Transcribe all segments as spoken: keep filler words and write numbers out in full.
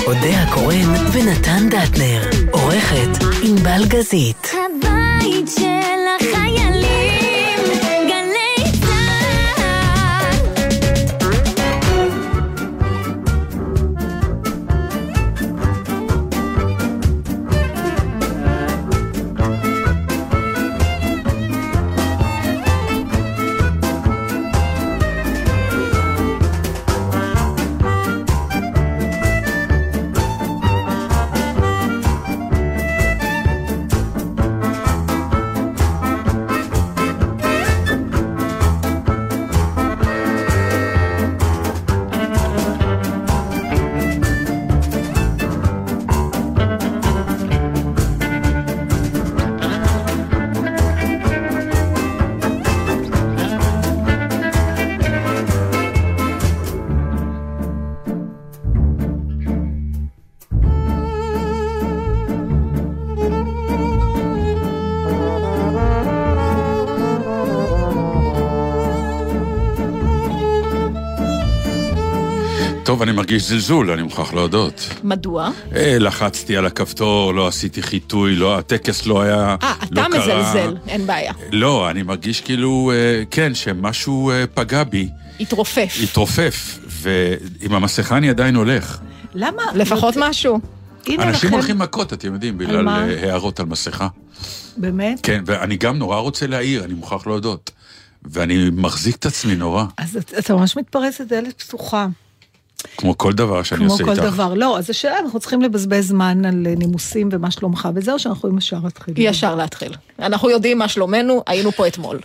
אודיה קורן ונתן דטנר. עורכת ענבל גזית. הבית של החיילים, גלי צהל. טוב, אני מרגיש זלזול, אני מוכרח להודות. מדוע? אה, לחצתי על הכפתור, לא עשיתי חיתוי, לא, הטקס לא היה... אה, לא אתה קרה. מזלזל, אין בעיה. לא, אני מרגיש כאילו, אה, כן, שמשהו אה, פגע בי. התרופף. התרופף, ועם המסכה אני עדיין הולך. למה? לפחות משהו. אנשים הולכים מכות, אתם יודעים, בגלל הערות על מסכה. באמת? כן, ואני גם נורא רוצה להעיר, אני מוכרח להודות. ואני מחזיק את עצמי נורא. אז אתה ממש מתפרץ לדלת פתוחה. כמו כל דבר שאני כמו עושה כל איתך. דבר, לא, אז השאלה, אנחנו צריכים לבזבז זמן על נימוסים ומה שלומך, וזהו שאנחנו יכולים ישר להתחיל. ישר להתחיל. אנחנו יודעים מה שלומנו, היינו פה אתמול.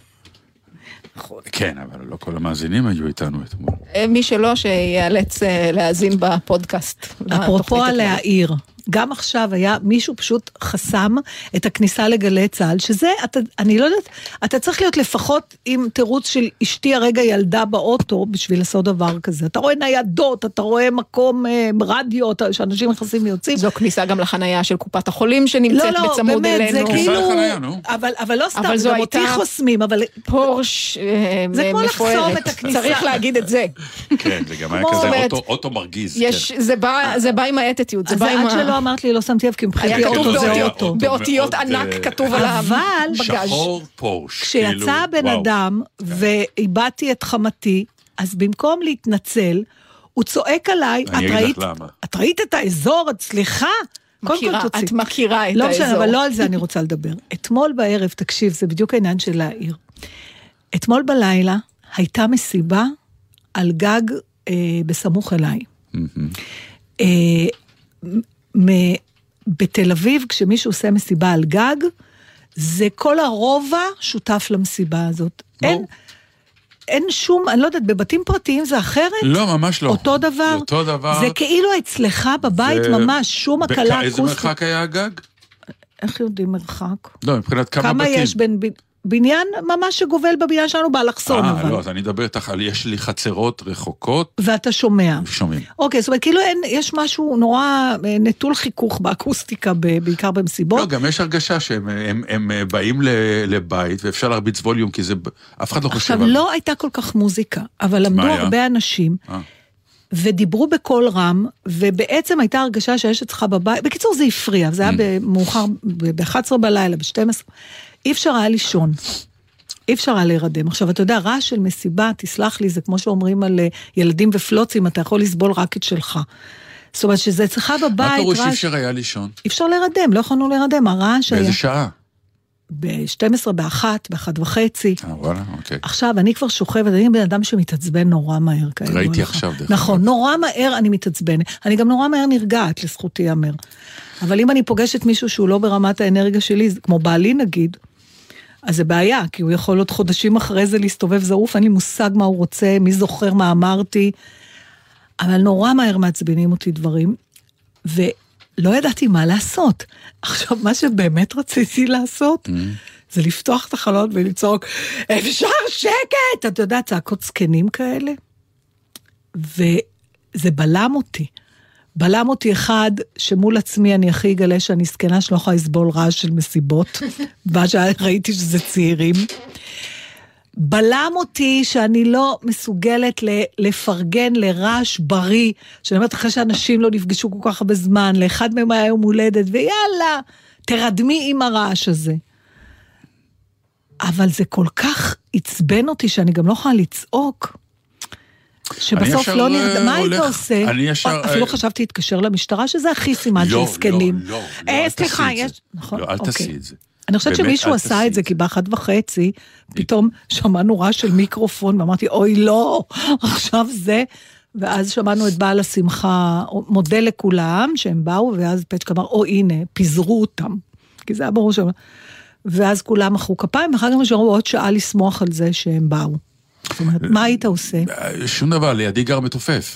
כן, אבל לא כל המאזינים היו איתנו אתמול. מי שלא, שיאלץ להאזין בפודקאסט. אפרופו על להעיר, גם עכשיו היה מישהו פשוט חסם את הכניסה לגלי צהל, שזה, אתה, אני לא יודעת, אתה צריך להיות לפחות עם תירוץ של אשתי הרגע ילדה באוטו, בשביל לעשות דבר כזה. אתה רואה ניידות, אתה רואה מקום רדיו, שאנשים נכנסים ויוצאים. זו כניסה גם לחנייה של קופת החולים, שנמצאת לא, לא, בצמוד באמת, אלינו. זה כאילו, לחנייה, נו. אבל, אבל לא סתם, אבל זו גם הייתה אותי חוסמים, אבל... פורש זה כמו מפוארת. לחסום את הכניסה. צריך להגיד את זה. כן, זה גם היה כמו- כזה אומרת, אוטו- אוטו מרגיז. יש, כן. זה בא, זה בא עם האתיטיות, זה אז בא עם עד ה... שלא אמרת לי, לא שמתי לב, כי מבחינתי היה כתוב אוטו זה באותיות- אוטו. באותיות מאוד, ענק אה, כתוב על אבל הבגז'. שחור פורש. כשיצא הבן אדם ואיבדתי את חמתי, אז במקום להתנצל, הוא צועק עליי, אני את אגיד ראית, לך למה. את ראית את האזור, את סליחה? קודם כל מכירה, תוציא. את מכירה את לא האזור. משנה, אבל לא על זה אני רוצה לדבר. אתמול בערב, תקשיב, זה בדיוק העניין של להעיר. אתמול בלילה הייתה מסיבה על גג אה, בסמוך אליי. אה, מ- בתל אביב, כשמישהו עושה מסיבה על גג, זה כל הרובע שותף למסיבה הזאת. אין, אין שום, אני לא יודעת, בבתים פרטיים זה אחרת? לא, ממש לא. אותו דבר? זה אותו דבר. זה כאילו אצלך בבית זה- ממש, שום הקלה בכ- אקוסטית. איזה מרחק היה הגג? איך יודעים מרחק? לא, מבחינת כמה כמה בתים. יש בין... ב- בניין ממש שגובל בבניין שלנו באלכסון, אה, אבל. לא, אז אני אדבר איתך על יש לי חצרות רחוקות, ואתה שומע. שומעים. אוקיי, זאת אומרת, כאילו אין, יש משהו נורא אה, נטול חיכוך באקוסטיקה, ב- בעיקר במסיבות. לא, גם יש הרגשה שהם הם, הם באים ל- לבית, ואפשר להרביץ ווליום, כי זה, אף אחד לא חושב עכשיו, על זה. לא הייתה כל כך מוזיקה, אבל עמדו היה? הרבה אנשים, אה. ודיברו בקול רם, ובעצם הייתה הרגשה שיש אצלך בבית, בקיצור זה הפריע, זה היה במאוחר, ב-אחת עשרה בלילה, ב-שתים עשרה, אי אפשר היה לישון, אי אפשר היה להירדם. עכשיו, אתה יודע, רעש של מסיבה, תסלח לי, זה כמו שאומרים על ילדים ופלוצים, אתה יכול לסבול רק את שלך. זאת אומרת, שזה אצלך בבית, מה פירוש אי רעש- אפשר היה לישון? אי אפשר להירדם, לא יכולנו להירדם, הרעש היה באיזה שעה? ב-שתים עשרה, באחת, באחת וחצי. אה, וואלה, אוקיי. עכשיו, אני כבר שוכבת, אני בן אדם שמתעצבן נורא מהר. כידוע ראיתי לך. עכשיו, דרך נכון, אגב. נורא מהר אני מתעצבנת. אני גם נורא מהר נרגעת, לזכותי יאמר. אבל אם אני פוגשת מישהו שהוא לא ברמת האנרגיה שלי, זה- כמו בעלי נגיד, אז זה בעיה, כי הוא יכול עוד חודשים אחרי זה להסתובב זרוף, אין לי מושג מה הוא רוצה, מי זוכר מה אמרתי, אבל נורא מהר מעצבנים אותי דברים, ולא ידעתי מה לעשות. עכשיו, מה שבאמת רציתי לעשות, זה לפתוח את החלון ולצעוק, אפשר שקט! אתה יודע, צעקות זקנים כאלה, וזה בלם אותי. בלם אותי אחד, שמול עצמי אני הכי אגלה שאני זקנה שלא יכולה לסבול רעש של מסיבות, ואז ראיתי שזה צעירים. בלם אותי שאני לא מסוגלת לפרגן לרעש בריא, שאני אומרת אחרי שאנשים לא נפגשו כל כך הרבה זמן, לאחד מהם היה יום הולדת, ויאללה, תרדמי עם הרעש הזה. אבל זה כל כך עצבן אותי, שאני גם לא יכולה לצעוק, שבסוף לא נרדם, מה היית עושה? אפילו חשבתי להתקשר למשטרה, שזה הכי סימן של סקנים. לא, לא, לא, אל תעשי את זה. לא, אל תעשי את זה. אני חושבת שמישהו עשה את זה, כי באחת וחצי, פתאום שמענו רעש של מיקרופון, ואמרתי, אוי לא, עכשיו זה, ואז שמענו את בעל השמחה, מודה לכולם, שהם באו, ואז פצ'ק אמר, או הנה, פיזרו אותם, כי זה היה ברור שם, ואז כולם מחאו כפיים, ואחר כך משארו עוד שעה לשמוח על זה שהם באו. זאת אומרת, מה היית עושה? שום דבר, לידי גר מתופף.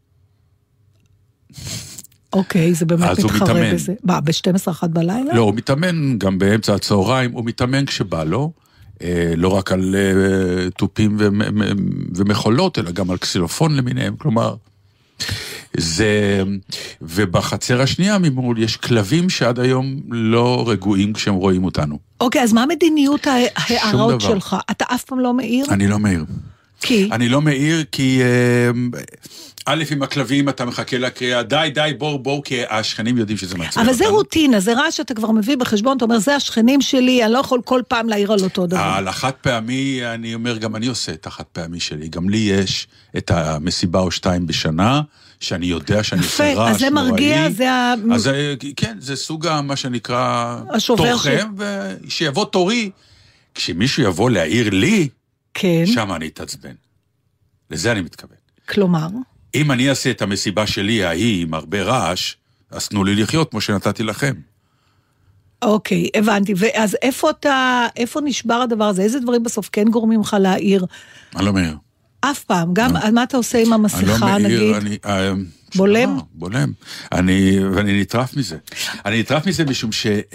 אוקיי, זה באמת מתחרה בזה. מה, ב-שתים עשרה אחת בלילה? לא, הוא מתאמן גם באמצע הצהריים, הוא מתאמן כשבא לו, לא רק על טופים ומחולות, אלא גם על קסילופון למיניהם, כלומר, זה, ובחצר השנייה ממול יש כלבים שעד היום לא רגועים כשהם רואים אותנו. אוקיי, אז מה מדיניות ההערות שלך? אתה אף פעם לא מעיר? אני לא מעיר. כי? אני לא מעיר כי, א', עם הכלבים אתה מחכה לקריאה, די, די, בור, בור, כי השכנים יודעים שזה מעצבן. אבל זה רוטינה, זה רע שאתה כבר מביא בחשבון, אתה אומר, זה השכנים שלי, אני לא יכול כל פעם להעיר על אותו דבר. על החד פעמי, אני אומר, גם אני עושה את החד פעמי שלי, גם לי יש את המסיבה או שתיים בשנה, שאני יודע שאני עושה רעש, אז זה מרגיע, זה ה... אז כן, זה סוג מה שנקרא תורכם, ושיבוא תורי, כשמישהו יבוא להעיר לי, כן. שם אני אתעצבן. לזה אני מתכוון. כלומר? אם אני אעשה את המסיבה שלי, ההיא, עם הרבה רעש, אז תנו לי לחיות כמו שנתתי לכם. אוקיי, הבנתי. ואז איפה אתה, איפה נשבר הדבר הזה? איזה דברים בסוף כן גורמים לך להעיר? אני לא מעיר. אף פעם. גם מה אתה עושה עם המסכה, נגיד? אני, בולם? בולם. אני, ואני נטרף מזה. אני נטרף מזה משום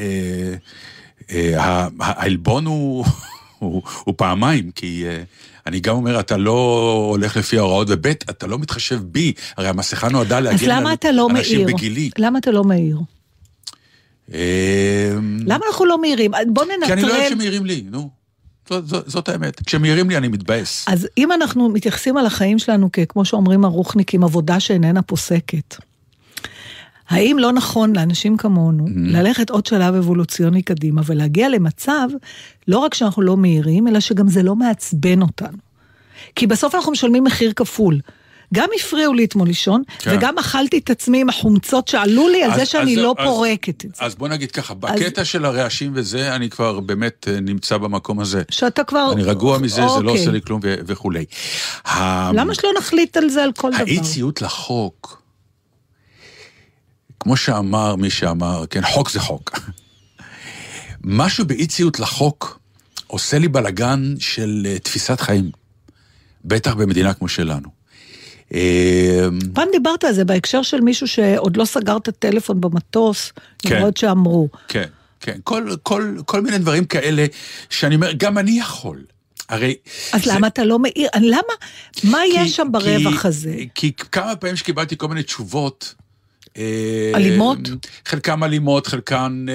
שהעלבון הוא... הוא, הוא פעמיים, כי uh, אני גם אומר, אתה לא הולך לפי ההוראות, ובית, אתה לא מתחשב בי, הרי המסכה נועדה להגן על לא אנשים מאיר? בגילי. למה אתה לא מעיר? למה אנחנו לא מעירים? בוא ננטרל... כי אני לא אוהב שמעירים לי, נו. זאת, זאת, זאת האמת. כשמעירים לי אני מתבאס. אז אם אנחנו מתייחסים על החיים שלנו, כמו שאומרים הרוחניקים, עבודה שאיננה פוסקת, האם לא נכון לאנשים כמונו, ללכת עוד שלב אבולוציוני קדימה, ולהגיע למצב, לא רק שאנחנו לא מהירים, אלא שגם זה לא מעצבן אותנו. כי בסוף אנחנו משלמים מחיר כפול. גם הפריעו לי אתמול לישון, כן. וגם אכלתי את עצמי עם החומצות שעלו לי, על אז, זה שאני אז, לא אז, פורקת את זה. אז בוא נגיד ככה, בקטע אז... של הרעשים וזה, אני כבר באמת נמצא במקום הזה. שאתה כבר... אני רגוע מזה, אוקיי. זה לא עושה לי כלום ו- וכולי. למה שלא נחליט על זה על כל דבר? האי ציות לחוק, כמו שאמר מי שאמר, כן, חוק זה חוק. משהו באי ציות לחוק עושה לי בלגן של תפיסת חיים, בטח במדינה כמו שלנו. פעם דיברת על זה בהקשר של מישהו שעוד לא סגר את הטלפון במטוס, למרות שאמרו. כן, כן, כל, כל, כל מיני דברים כאלה שאני אומר, גם אני יכול. הרי... אז למה אתה לא מעיר? למה? מה יש שם ברווח הזה? כי כמה פעמים שקיבלתי כל מיני תשובות, אלימות? חלקם אלימות, חלקן...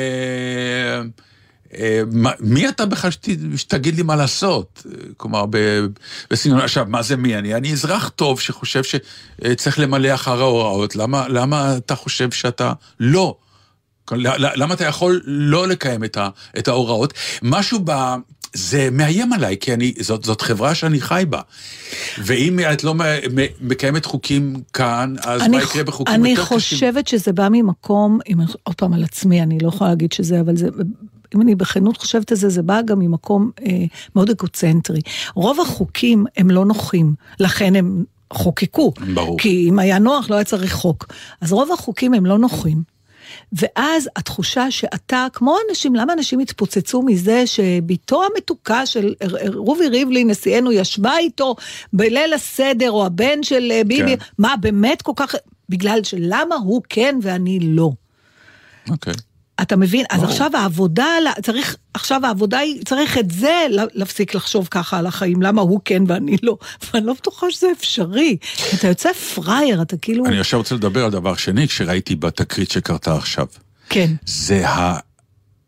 מי אתה בכלל שתגיד לי מה לעשות? כלומר, בסגנון, עכשיו, מה זה מי? אני, אני אזרח טוב שחושב שצריך למלא אחר ההוראות. למה, למה אתה חושב שאתה לא? למה אתה יכול לא לקיים את, ה, את ההוראות? משהו ב... זה מאיים עליי, כי אני, זאת, זאת חברה שאני חי בה. ואם את לא מקיימת חוקים כאן, אז אני, מה יקרה בחוקים אני יותר קשים? אני חושבת שזה בא ממקום, אם, עוד פעם על עצמי, אני לא יכולה להגיד שזה, אבל זה, אם אני בכנות חושבת את זה, זה בא גם ממקום אה, מאוד אגוצנטרי. רוב החוקים הם לא נוחים, לכן הם חוקקו. ברור. כי אם היה נוח, לא היה צריך חוק. אז רוב החוקים הם לא נוחים. ואז התחושה שאתה, כמו אנשים, למה אנשים התפוצצו מזה שביתו המתוקה של רובי ריבלין, נשיאנו, ישבה איתו בליל הסדר, או הבן של ביבי, כן. מה באמת כל כך, בגלל שלמה הוא כן ואני לא. אוקיי. אתה מבין? אז עכשיו העבודה, צריך, עכשיו העבודה היא, צריך את זה להפסיק לחשוב ככה על החיים, למה הוא כן ואני לא. ואני לא בטוחה שזה אפשרי. אתה יוצא פרייר, אתה כאילו... אני עכשיו רוצה לדבר על דבר שני, כשראיתי בתקרית שקרתה עכשיו. כן. זה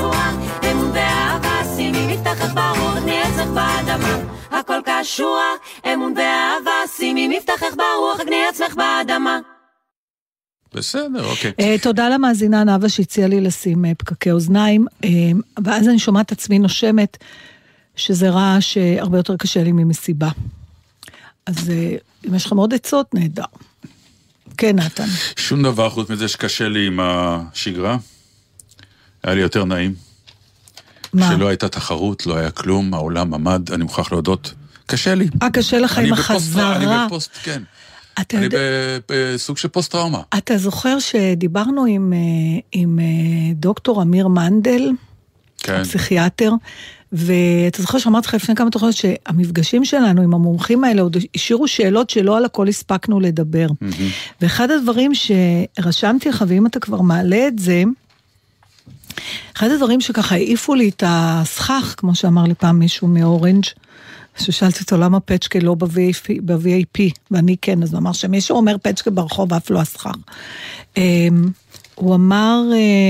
קשורה, אמון ואהבה, שימי מבטחך ברוח, נהיה עצמך באדמה. הכל קשורה, אמון ואהבה, שימי מבטחך ברוח, נהיה עצמך באדמה. בסדר, אוקיי. Uh, תודה למאזינה נאווה שהציעה לי לשים uh, פקקי אוזניים, uh, ואז אני שומעת עצמי נושמת, שזה רעש שהרבה יותר קשה לי ממסיבה. אז uh, אם יש לך מאוד עצות, נהדר. כן, נתן. שום דבר חוץ מזה שקשה לי עם השגרה. היה לי יותר נעים. מה? שלא הייתה תחרות, לא היה כלום, העולם עמד, אני מוכרח להודות. קשה לי. אה, קשה לך עם החזרה. אני בפוסט, כן. אני יודע... בסוג של פוסט טראומה. אתה זוכר שדיברנו עם, עם דוקטור אמיר מנדל, כן. הפסיכיאטר, ואתה זוכר שאמרתי לך לפני כמה תוכניות שהמפגשים שלנו עם המומחים האלה עוד השאירו שאלות שלא על הכל הספקנו לדבר. Mm-hmm. ואחד הדברים שרשמתי לך, ואם אתה כבר מעלה את זה, אחד הדברים שככה העיפו לי את הסכך, כמו שאמר לי פעם מישהו מאורנג', ששאלתי אותו למה פצ'קה לא ב-וי איי פי, ואני כן, אז הוא אמר שמישהו אומר פצ'קה ברחוב, אף לא הסכך. הוא אמר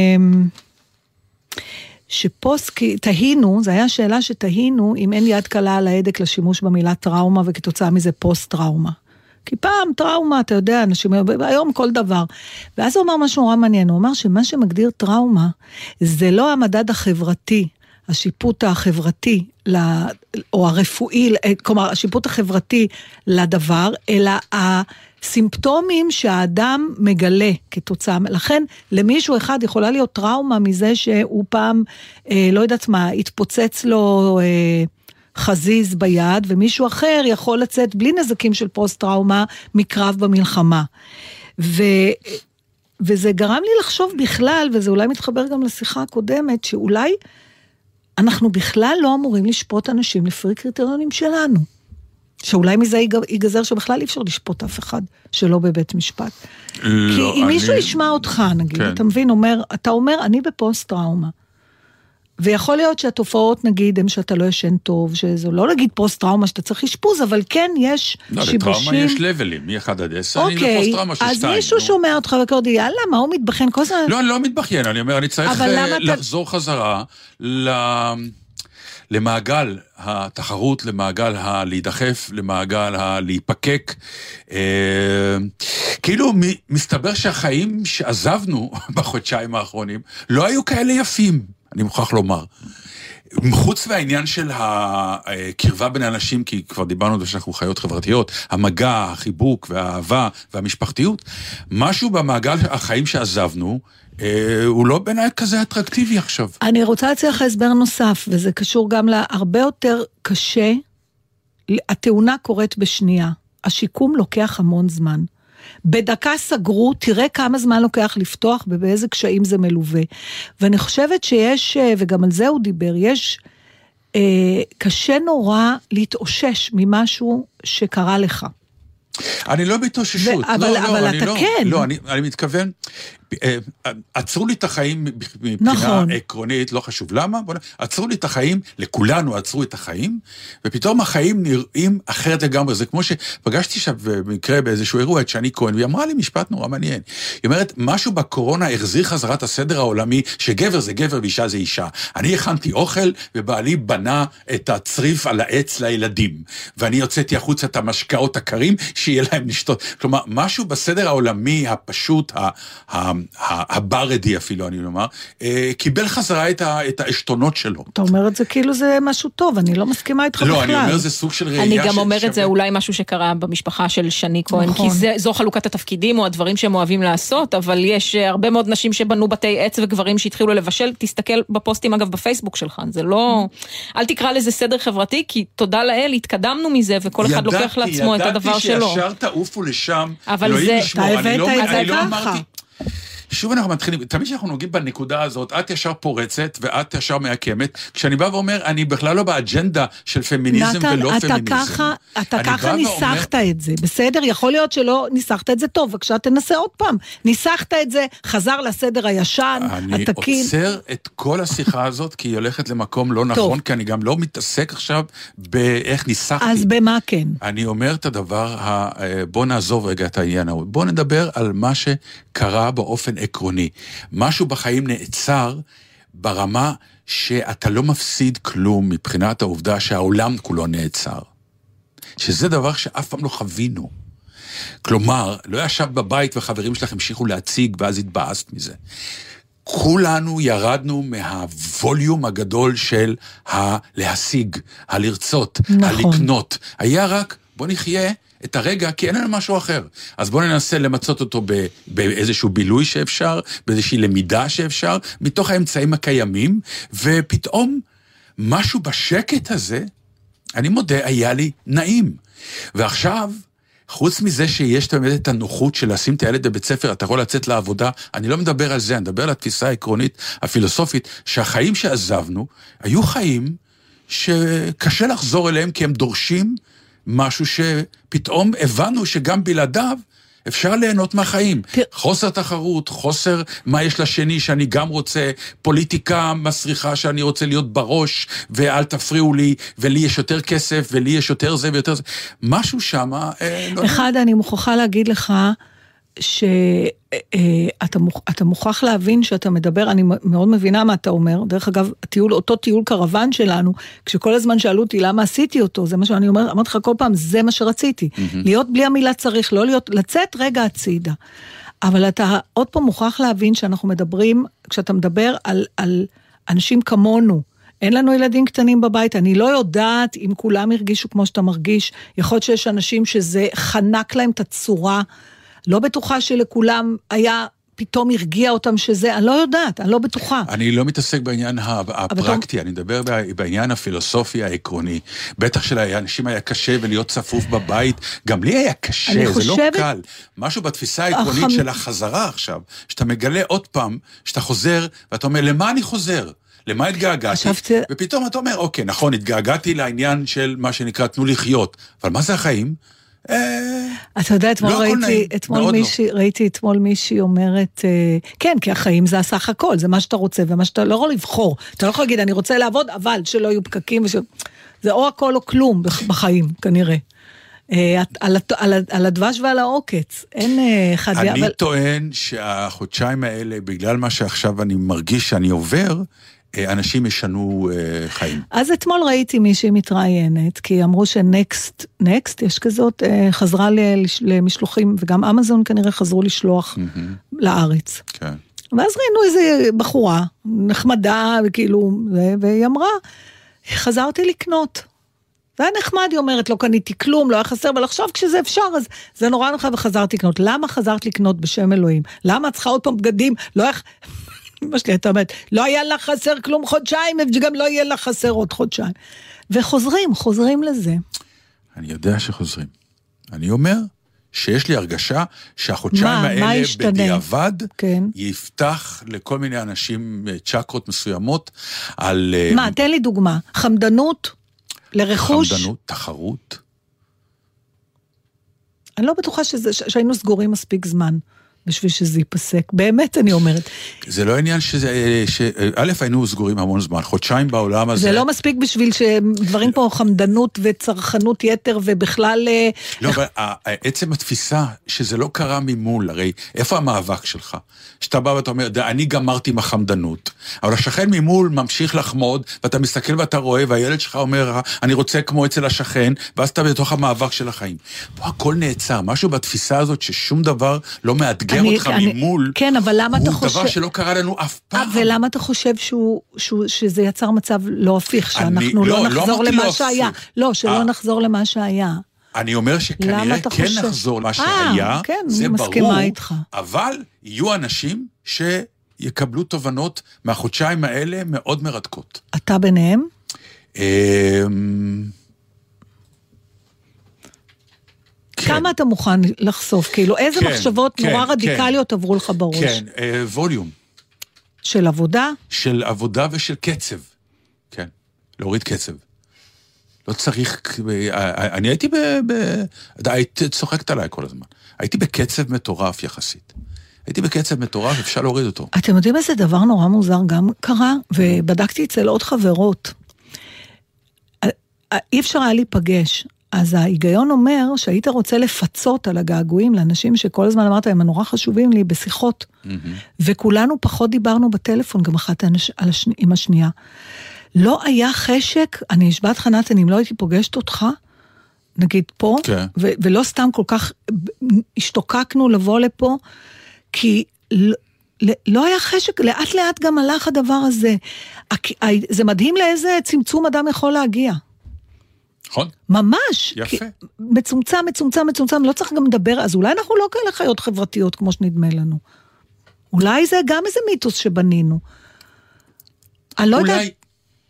שפוסקי, תהינו, זו הייתה שאלה שתהינו, אם אין יד קלה על ההדק לשימוש במילה טראומה, וכתוצאה מזה פוסט-טראומה. כי פעם טראומה, אתה יודע, אנשים, היום כל דבר. ואז הוא אמר משהו נורא מעניין, הוא אמר שמה שמגדיר טראומה, זה לא המדד החברתי, השיפוט החברתי, או הרפואי, כלומר, השיפוט החברתי לדבר, אלא הסימפטומים שהאדם מגלה כתוצאה. לכן, למישהו אחד יכולה להיות טראומה מזה שהוא פעם, לא יודעת מה, התפוצץ לו חזיז ביד, ומישהו אחר יכול לצאת בלי נזקים של פוסט-טראומה מקרב במלחמה. ו... וזה גרם לי לחשוב בכלל, וזה אולי מתחבר גם לשיחה הקודמת, שאולי אנחנו בכלל לא אמורים לשפוט אנשים לפי קריטריונים שלנו. שאולי מזה ייגזר שבכלל אי אפשר לשפוט אף אחד שלא בבית משפט. לא, כי אם אני... מישהו ישמע אותך, נגיד, כן. אתה מבין, אומר, אתה אומר, אני בפוסט-טראומה. ויכול להיות שהתופעות, נגיד, הם שאתה לא ישן טוב, שזו לא להגיד פוסט-טראומה שאתה צריך לשפוז, אבל כן יש לא, שיבושים. לטראומה יש לבלים, מ-אחד עד עשר, אוקיי, אני בפוסט-טראומה של שתיים. אז מישהו נו. שומע אותך וקורדי, יאללה, מה הוא מתבחן כל זה? לא, אני לא מתבחן, אני אומר, אני צריך לחזור אתה... חזרה ל... למעגל התחרות, למעגל הלהידחף, למעגל הלהיפקק. כאילו מסתבר שהחיים שעזבנו בחודשיים האחרונים לא היו כאלה יפים, אני מוכרח לומר. מחוץ מהעניין של הקרבה בין האנשים, כי כבר דיברנו על שאנחנו חיות חברתיות, המגע, החיבוק והאהבה והמשפחתיות, משהו במעגל החיים שעזבנו, הוא לא בעיניי כזה אטרקטיבי עכשיו. אני רוצה להציע לך הסבר נוסף, וזה קשור גם להרבה יותר קשה, התאונה קורית בשנייה, השיקום לוקח המון זמן. בדקה סגרו, תראה כמה זמן לוקח לפתוח, ובאיזה קשיים זה מלווה. ואני חושבת שיש, וגם על זה הוא דיבר, יש אה, קשה נורא להתאושש ממשהו שקרה לך. אני לא בהתאוששות. אבל, לא, אבל לא, אתה לא, כן. לא, אני, אני מתכוון, עצרו לי את החיים מבחינה נכון. עקרונית, לא חשוב למה, בוא, עצרו לי את החיים, לכולנו עצרו את החיים, ופתאום החיים נראים אחרת לגמרי. זה כמו שפגשתי שם במקרה באיזשהו אירוע את שני כהן, והיא אמרה לי משפט נורא מעניין. היא אומרת, משהו בקורונה החזיר חזרת הסדר העולמי, שגבר זה גבר ואישה זה אישה. אני הכנתי אוכל, ובעלי בנה את הצריף על העץ לילדים, ואני יוצאתי החוצה את המשקאות הקרים, שיהיה להם לשתות. כלומר, משהו בסדר העולמי הפשוט, הברדי אפילו, אני אומר, קיבל חזרה את האשתונות שלו. אתה אומר את זה כאילו זה משהו טוב, אני לא מסכימה איתך בכלל. לא, אני אומר זה סוג של ראייה. אני גם אומר את זה אולי משהו שקרה במשפחה של שני כהן, כי זו חלוקת התפקידים או הדברים שהם אוהבים לעשות, אבל יש הרבה מאוד נשים שבנו בתי עץ וגברים שהתחילו לבשל, תסתכל בפוסטים אגב בפייסבוק שלך, זה לא, אל תקרא לזה סדר חברתי, כי תודה לאל, התקדמנו מזה, וכל אחד לוקח לעצמו את הדבר שלו. ידעתי שישר תעופו לשם, אבל זה, אתה הבאת את זה ככה. שוב אנחנו מתחילים, תמיד שאנחנו נוגעים בנקודה הזאת, את ישר פורצת ואת ישר מעקמת, כשאני בא ואומר, אני בכלל לא באג'נדה של פמיניזם נתן, ולא אתה פמיניזם. ככה, אתה ככה ניסחת ואומר... את זה, בסדר? יכול להיות שלא ניסחת את זה טוב, בבקשה תנסה עוד פעם. ניסחת את זה, חזר לסדר הישן, אני התקין. אני עוצר את כל השיחה הזאת, כי היא הולכת למקום לא נכון, כי אני גם לא מתעסק עכשיו באיך ניסחתי. אז במה כן? אני אומר את הדבר, בוא נעזוב רגע את העניין, בוא נדבר על מה שקרה באופן עקרוני. משהו בחיים נעצר ברמה שאתה לא מפסיד כלום מבחינת העובדה שהעולם כולו נעצר. שזה דבר שאף פעם לא חווינו. כלומר, לא ישב בבית וחברים שלך המשיכו להציג ואז התבאסת מזה. כולנו ירדנו מהווליום הגדול של הלהשיג, הלרצות, נכון. הלקנות. היה רק, בוא נחיה את הרגע, כי אין לנו משהו אחר. אז בוא ננסה למצות אותו באיזשהו בילוי שאפשר, באיזושהי למידה שאפשר, מתוך האמצעים הקיימים, ופתאום משהו בשקט הזה, אני מודה, היה לי נעים. ועכשיו, חוץ מזה שיש באמת את הנוחות של לשים את הילד בבית ספר, אתה יכול לצאת לעבודה, אני לא מדבר על זה, אני מדבר על התפיסה העקרונית, הפילוסופית, שהחיים שעזבנו, היו חיים שקשה לחזור אליהם, כי הם דורשים משהו שפתאום הבנו שגם בלעדיו אפשר ליהנות מהחיים. חוסר תחרות, חוסר מה יש לשני שאני גם רוצה, פוליטיקה מסריחה שאני רוצה להיות בראש, ואל תפריעו לי, ולי יש יותר כסף, ולי יש יותר זה ויותר זה. משהו שמה... אחד, אני מוכרחה להגיד לך, שאתה מוכרח להבין שאתה מדבר, אני מאוד מבינה מה אתה אומר, דרך אגב, הטיול, אותו טיול קרוון שלנו, כשכל הזמן שאלו אותי למה עשיתי אותו, זה מה שאני אומר, אמרתי לך כל פעם, זה מה שרציתי, להיות בלי המילה צריך, לא להיות, לצאת רגע הצידה, אבל אתה עוד פעם מוכרח להבין שאנחנו מדברים, כשאתה מדבר על, על אנשים כמונו, אין לנו ילדים קטנים בבית, אני לא יודעת אם כולם הרגישו כמו שאתה מרגיש, יכול להיות שיש אנשים שזה חנק להם את הצורה, לא בטוחה שלכולם היה, פתאום הרגיע אותם שזה, אני לא יודעת, אני לא בטוחה. אני לא מתעסק בעניין הפרקטי, אני מדבר בעניין הפילוסופי העקרוני. בטח שלאנשים היה קשה ולהיות צפוף בבית, גם לי היה קשה, זה לא קל. משהו בתפיסה העקרונית של החזרה עכשיו, שאתה מגלה עוד פעם, שאתה חוזר, ואתה אומר, למה אני חוזר? למה התגעגעתי? ופתאום אתה אומר, אוקיי, נכון, התגעגעתי לעניין של מה שנקרא, תנו לחיות, אבל מה זה החיים? אתה יודע, אתמול ראיתי, אתמול מישהי, ראיתי אתמול מישהי אומרת, כן, כי החיים זה הסך הכל, זה מה שאתה רוצה, ומה שאתה לא יכול לבחור, אתה לא יכול להגיד, אני רוצה לעבוד, אבל שלא יהיו פקקים, זה או הכל או כלום בחיים, כנראה. על הדבש ועל העוקץ, אין אחד... אני טוען שהחודשיים האלה, בגלל מה שעכשיו אני מרגיש שאני עובר, אנשים ישנו חיים. אז אתמול ראיתי מישהי מתראיינת, כי אמרו שנקסט, נקסט, יש כזאת, חזרה למשלוחים, וגם אמזון כנראה חזרו לשלוח לארץ. כן. ואז ראינו איזה בחורה, נחמדה, וכאילו, והיא אמרה, חזרתי לקנות. זה היה נחמד, היא אומרת, לא קניתי כלום, לא היה חסר, אבל עכשיו כשזה אפשר, אז זה נורא נורא וחזרתי לקנות. למה חזרת לקנות בשם אלוהים? למה את צריכה עוד פעם בגדים? לא היה... מה שלי, אתה אומרת, לא היה לך חסר כלום חודשיים, וגם לא יהיה לך חסר עוד חודשיים. וחוזרים, חוזרים לזה. אני יודע שחוזרים. אני אומר שיש לי הרגשה שהחודשיים מה, האלה מה בדיעבד, כן. יפתח לכל מיני אנשים צ'קרות מסוימות על... מה, תן לי דוגמה. חמדנות לרכוש? חמדנות, תחרות. אני לא בטוחה שזה, שהיינו סגורים מספיק זמן. בשביל שזה ייפסק. באמת אני אומרת. זה לא עניין שזה, א', היינו סגורים המון זמן, חודשיים בעולם הזה. זה לא מספיק בשביל שדברים פה חמדנות וצרכנות יתר ובכלל... לא, אבל עצם התפיסה שזה לא קרה ממול, הרי איפה המאבק שלך? שאתה בא ואתה אומר, אני גמרתי עם החמדנות, אבל השכן ממול ממשיך לחמוד, ואתה מסתכל ואתה רואה, והילד שלך אומר, אני רוצה כמו אצל השכן, ואז אתה בתוך המאבק של החיים. פה הכל נעצר, משהו בתפיסה הזאת ששום דבר לא מאתגר אני, אותך אני, ממול, כן, אבל למה הוא אתה דבר חושב... שלא קרה לנו אף פעם. ולמה אתה חושב שהוא, שהוא, שזה יצר מצב לא הפיך, שאנחנו לא, לא נחזור לא למה לא שהיה? לא, שלא 아, נחזור למה שהיה. אני אומר שכנראה כן חושב... נחזור למה שהיה, 아, כן, זה ברור, איתך. אבל יהיו אנשים שיקבלו תובנות מהחודשיים האלה מאוד מרתקות. אתה ביניהם? כמה אתה מוכן לחשוף? כאילו, איזה כן, מחשבות כן, נורא רדיקליות כן, עברו לך בראש? כן, אה, ווליום. של עבודה? של עבודה ושל קצב. כן, להוריד קצב. לא צריך... אני הייתי ב... ב היית צוחקת עליי כל הזמן. הייתי בקצב מטורף יחסית. הייתי בקצב מטורף, אפשר להוריד אותו. אתם יודעים איזה דבר נורא מוזר גם קרה? ובדקתי אצל עוד חברות. אי אפשר היה להיפגש. אז ההיגיון אומר שהיית רוצה לפצות על הגעגועים לאנשים שכל הזמן אמרת, הם נורא חשובים לי בשיחות, וכולנו פחות דיברנו בטלפון, גם אחת עם השנייה. לא היה חשק, אני אשבעת חנת, אם לא הייתי פוגשת אותך, נגיד פה, okay. ו- ולא סתם כל כך השתוקקנו לבוא לפה, כי לא, לא היה חשק, לאט לאט גם הלך הדבר הזה. זה מדהים לאיזה צמצום אדם יכול להגיע. נכון. ממש. יפה. מצומצם, מצומצם, מצומצם, לא צריך גם לדבר, אז אולי אנחנו לא כאלה חיות חברתיות כמו שנדמה לנו. אולי זה גם איזה מיתוס שבנינו. אני לא יודעת... אולי...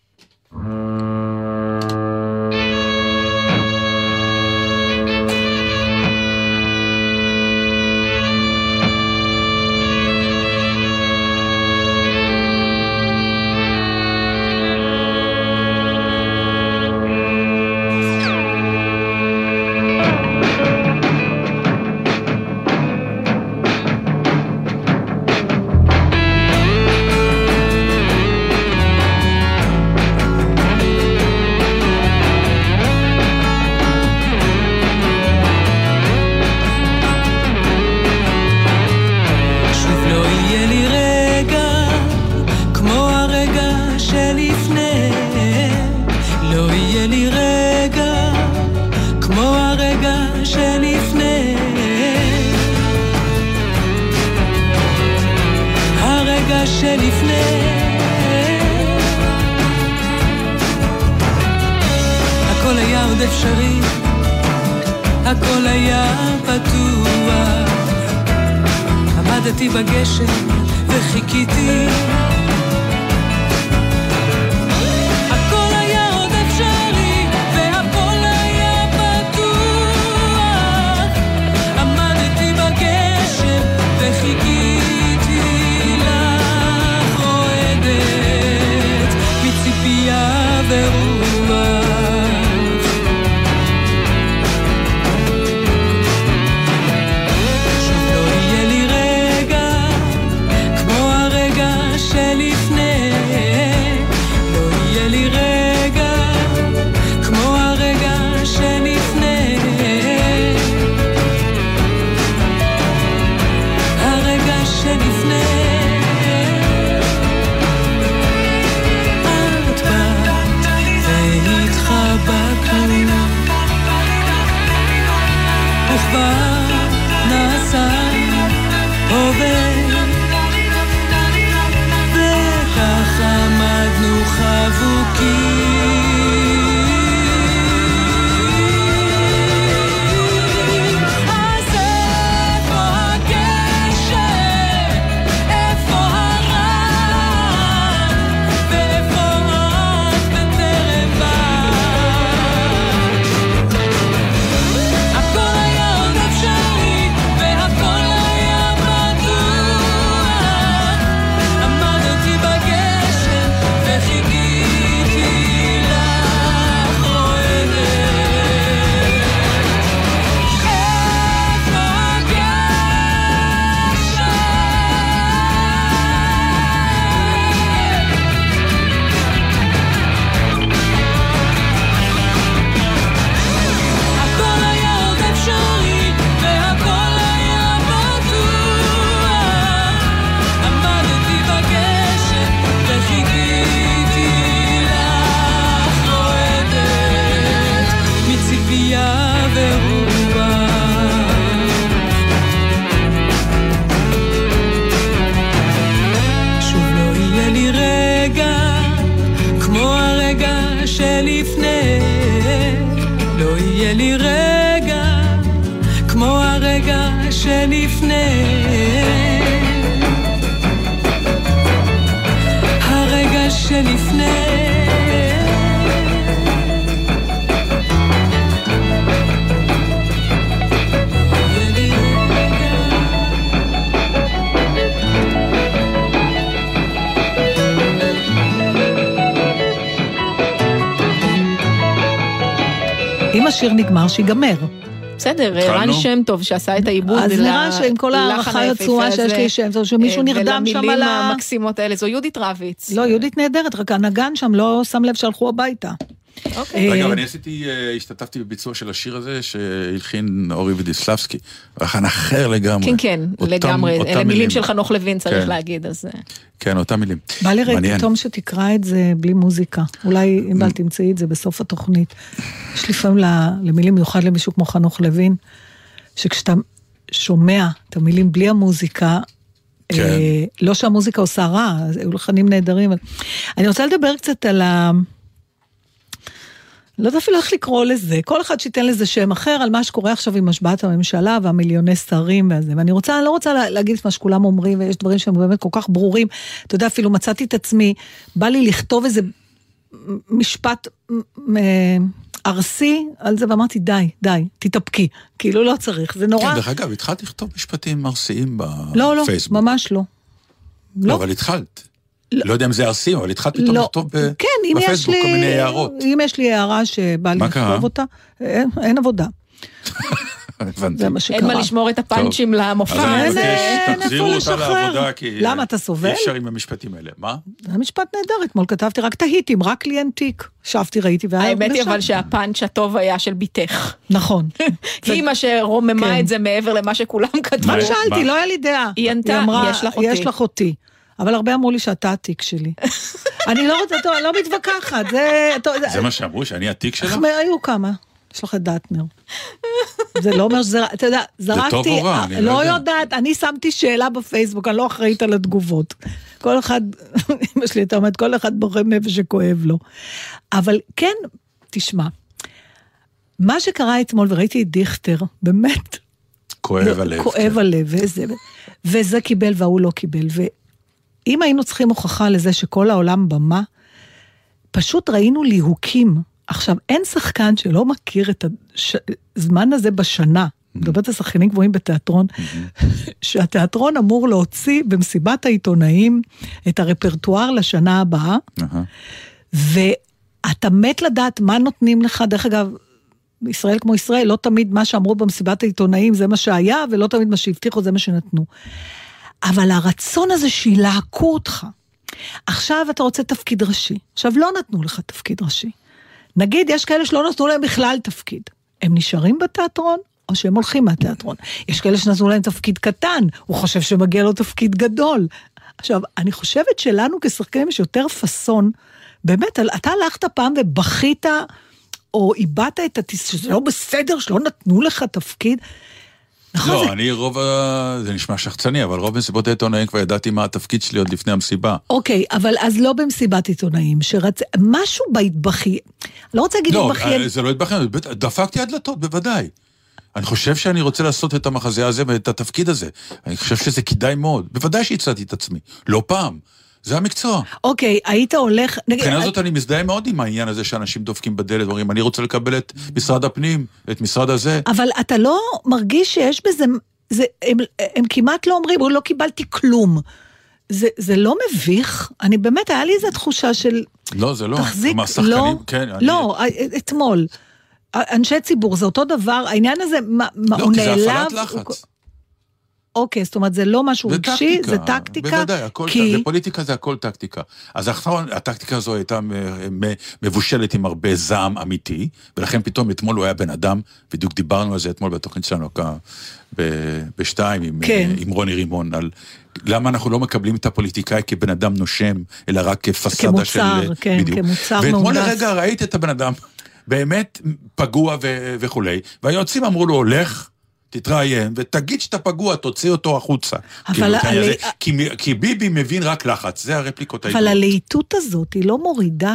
הכל היה פתוח, עמדתי בגשם וחיכיתי, הכל היה עוד אפשרי והכל היה פתוח, עמדתי בגשם וחיכיתי לך רועדת מציפייה ורוח. אם השיר נגמר, שיגמר. בסדר, רן שם טוב שעשה את העיבוד. אז נראה שעם כל הערכה יצורה שיש לי שם טוב, שמישהו נרדם שם על ה... ולמילים המקסימות האלה, זו יהודית רביץ. לא, יהודית נהדרת, רק הנגן שם לא שם לב שהלכו הביתה. רגע, אבל אני עשיתי, השתתפתי בביצוע של השיר הזה, שהלחין אורי ודיסלבסקי, ולחן אחר לגמרי. כן, כן, לגמרי. אלה מילים של חנוך לוין, צריך להגיד, אז... כן, אותם מילים. בא לי רגע, פתאום שתקרא את זה בלי מוזיקה. אולי, אם אל תמצאי את זה בסוף התוכנית. יש לפעמים למילים מיוחד למישהו כמו חנוך לוין, שכשאתה שומע את המילים בלי המוזיקה, לא שהמוזיקה עושה רע, היו לחנים נהדרים. אני רוצה לדבר קצת על ה... לא יודע אפילו איך לקרוא לזה, כל אחד שיתן לזה שם אחר, על מה שקורה עכשיו עם השבעת הממשלה, והמיליוני שרים והזה, ואני רוצה, אני לא רוצה להגיד את מה שכולם אומרים, ויש דברים שהם באמת כל כך ברורים, אתה יודע, אפילו מצאתי את עצמי, בא לי לכתוב איזה משפט ארסי על זה, ואמרתי, די, די, תתאפקי, כאילו לא צריך, זה נורא... כן, דרך אגב, התחלת לכתוב משפטים ארסיים בפייסבוק. לא, לא, ממש לא. לא, אבל התחלת. לא יודע אם זה ארסים, אבל התחלת פתאום לכתוב בפייסבוק כל מיני הערות. אם יש לי הערה שבא לי לכתוב אותה, אין עבודה. אין מה לשמור את הפאנצ'ים למופע. אז אני מבקש, תחזירו אותה לעבודה, כי... למה אתה סובל? אי אפשר עם המשפטים האלה. מה? זה משפט נהדר, אתמול כתבתי רק תהיתי, אם רק לי אין תיק. שבתי, ראיתי, והיה... האמת היא אבל שהפאנץ' הטוב היה של ביתך. נכון. היא מה שרוממה את זה מעבר למה שכולם כתבו. מה שאלתי, לא היה לי דעה. היא ענתה, יש לך אותי. אבל הרבה אמרו לי שאתה התיק שלי. אני לא רוצה, אני לא מתווכחת. זה מה שאמרו, שאני התיק שלך? היו כמה. יש לך דאטנר. זה לא אומר שזה, אתה יודע, זרקתי... זה טוב או רע, אני לא יודעת, אני שמתי שאלה בפייסבוק, אני לא אחראית על התגובות. כל אחד, אמא שלי, אתה אומרת, כל אחד בוחר מאיפה שכואב לו. אבל כן, תשמע, מה שקרה אתמול, וראיתי את דיכטר, באמת... כואב הלב. כואב הלב, וזה, וזה קיבל והוא לא קיבל, ו... אם היינו צריכים הוכחה לזה שכל העולם במה, פשוט ראינו ליהוקים. עכשיו, אין שחקן שלא מכיר את הזמן הזה בשנה, מדברת על שחקנים גבוהים בתיאטרון, שהתיאטרון אמור להוציא במסיבת העיתונאים את הרפרטואר לשנה הבאה, ואתה מת לדעת מה נותנים לך, דרך אגב, ישראל כמו ישראל, לא תמיד מה שאמרו במסיבת העיתונאים זה מה שהיה, ולא תמיד מה שהבטיחו זה מה שנתנו. אבל הרצון הזה שילהקו אותך, עכשיו אתה רוצה תפקיד ראשי, עכשיו לא נתנו לך תפקיד ראשי, נגיד יש כאלה שלא נתנו להם בכלל תפקיד, הם נשארים בתיאטרון, או שהם הולכים מהתיאטרון, יש כאלה שנתנו להם תפקיד קטן, הוא חושב שמגיע לו תפקיד גדול, עכשיו אני חושבת שלנו כשחקנים יש יותר פסון, באמת, אתה הלכת פעם ובכית, או איבדת את התיס, שזה לא בסדר שלא נתנו לך תפקיד, לא, אני רוב, זה נשמע שחצני, אבל רוב מסיבות העיתונאים כבר ידעתי מה התפקיד שלי עוד לפני המסיבה. אוקיי, אבל אז לא במסיבת עיתונאים, שרצ... משהו בהתבחי, לא רוצה להגיד התבחי... לא, זה לא התבחי, דפקתי הדלתות, בוודאי. אני חושב שאני רוצה לעשות את המחזה הזה ואת התפקיד הזה. אני חושב שזה כדאי מאוד. בוודאי שהצעתי את עצמי. לא פעם. זה המקצוע. אוקיי, היית הולך... מבחינה זאת אני מזדהה מאוד עם העניין הזה שאנשים דופקים בדלת, ואומרים, אני רוצה לקבל את משרד הפנים, את משרד הזה. אבל אתה לא מרגיש שיש בזה... זה, הם, הם כמעט לא אומרים, לא קיבלתי כלום. זה, זה לא מביך? אני באמת, היה לי איזו תחושה של... לא, זה לא. תחזיק, לא, כן, לא, אני... אתמול. אנשי ציבור, זה אותו דבר, העניין הזה, מה, לא, הוא כי זה נעלב... הפעלת לחץ. אוקיי, זאת אומרת, זה לא משהו רגשי, זה טקטיקה. בוודאי, הכל, כי... בפוליטיקה זה הכל טקטיקה. אז אחרון, הטקטיקה הזו הייתה מבושלת עם הרבה זעם אמיתי, ולכן פתאום אתמול הוא היה בן אדם, בדיוק דיברנו על זה אתמול בתוכנית שלנו, בשתיים, עם, כן. עם רוני רימון, על למה אנחנו לא מקבלים את הפוליטיקאי כבן אדם נושם, אלא רק כפסדה כמוצר, של... כמוצר, כן, בדיוק. כמוצר ואתמול מהונדס. לרגע ראית את הבן אדם, באמת פגוע ו- וכולי, והיועצים אמרו לו, הולך, תתראיין, ותגיד שאתה פגוע, תוציא אותו החוצה. אבל... כאילו, על... כי, כי ביבי מבין רק לחץ, זה הרפליקות אבל העיתות. הלהיטות הזאת היא לא מורידה?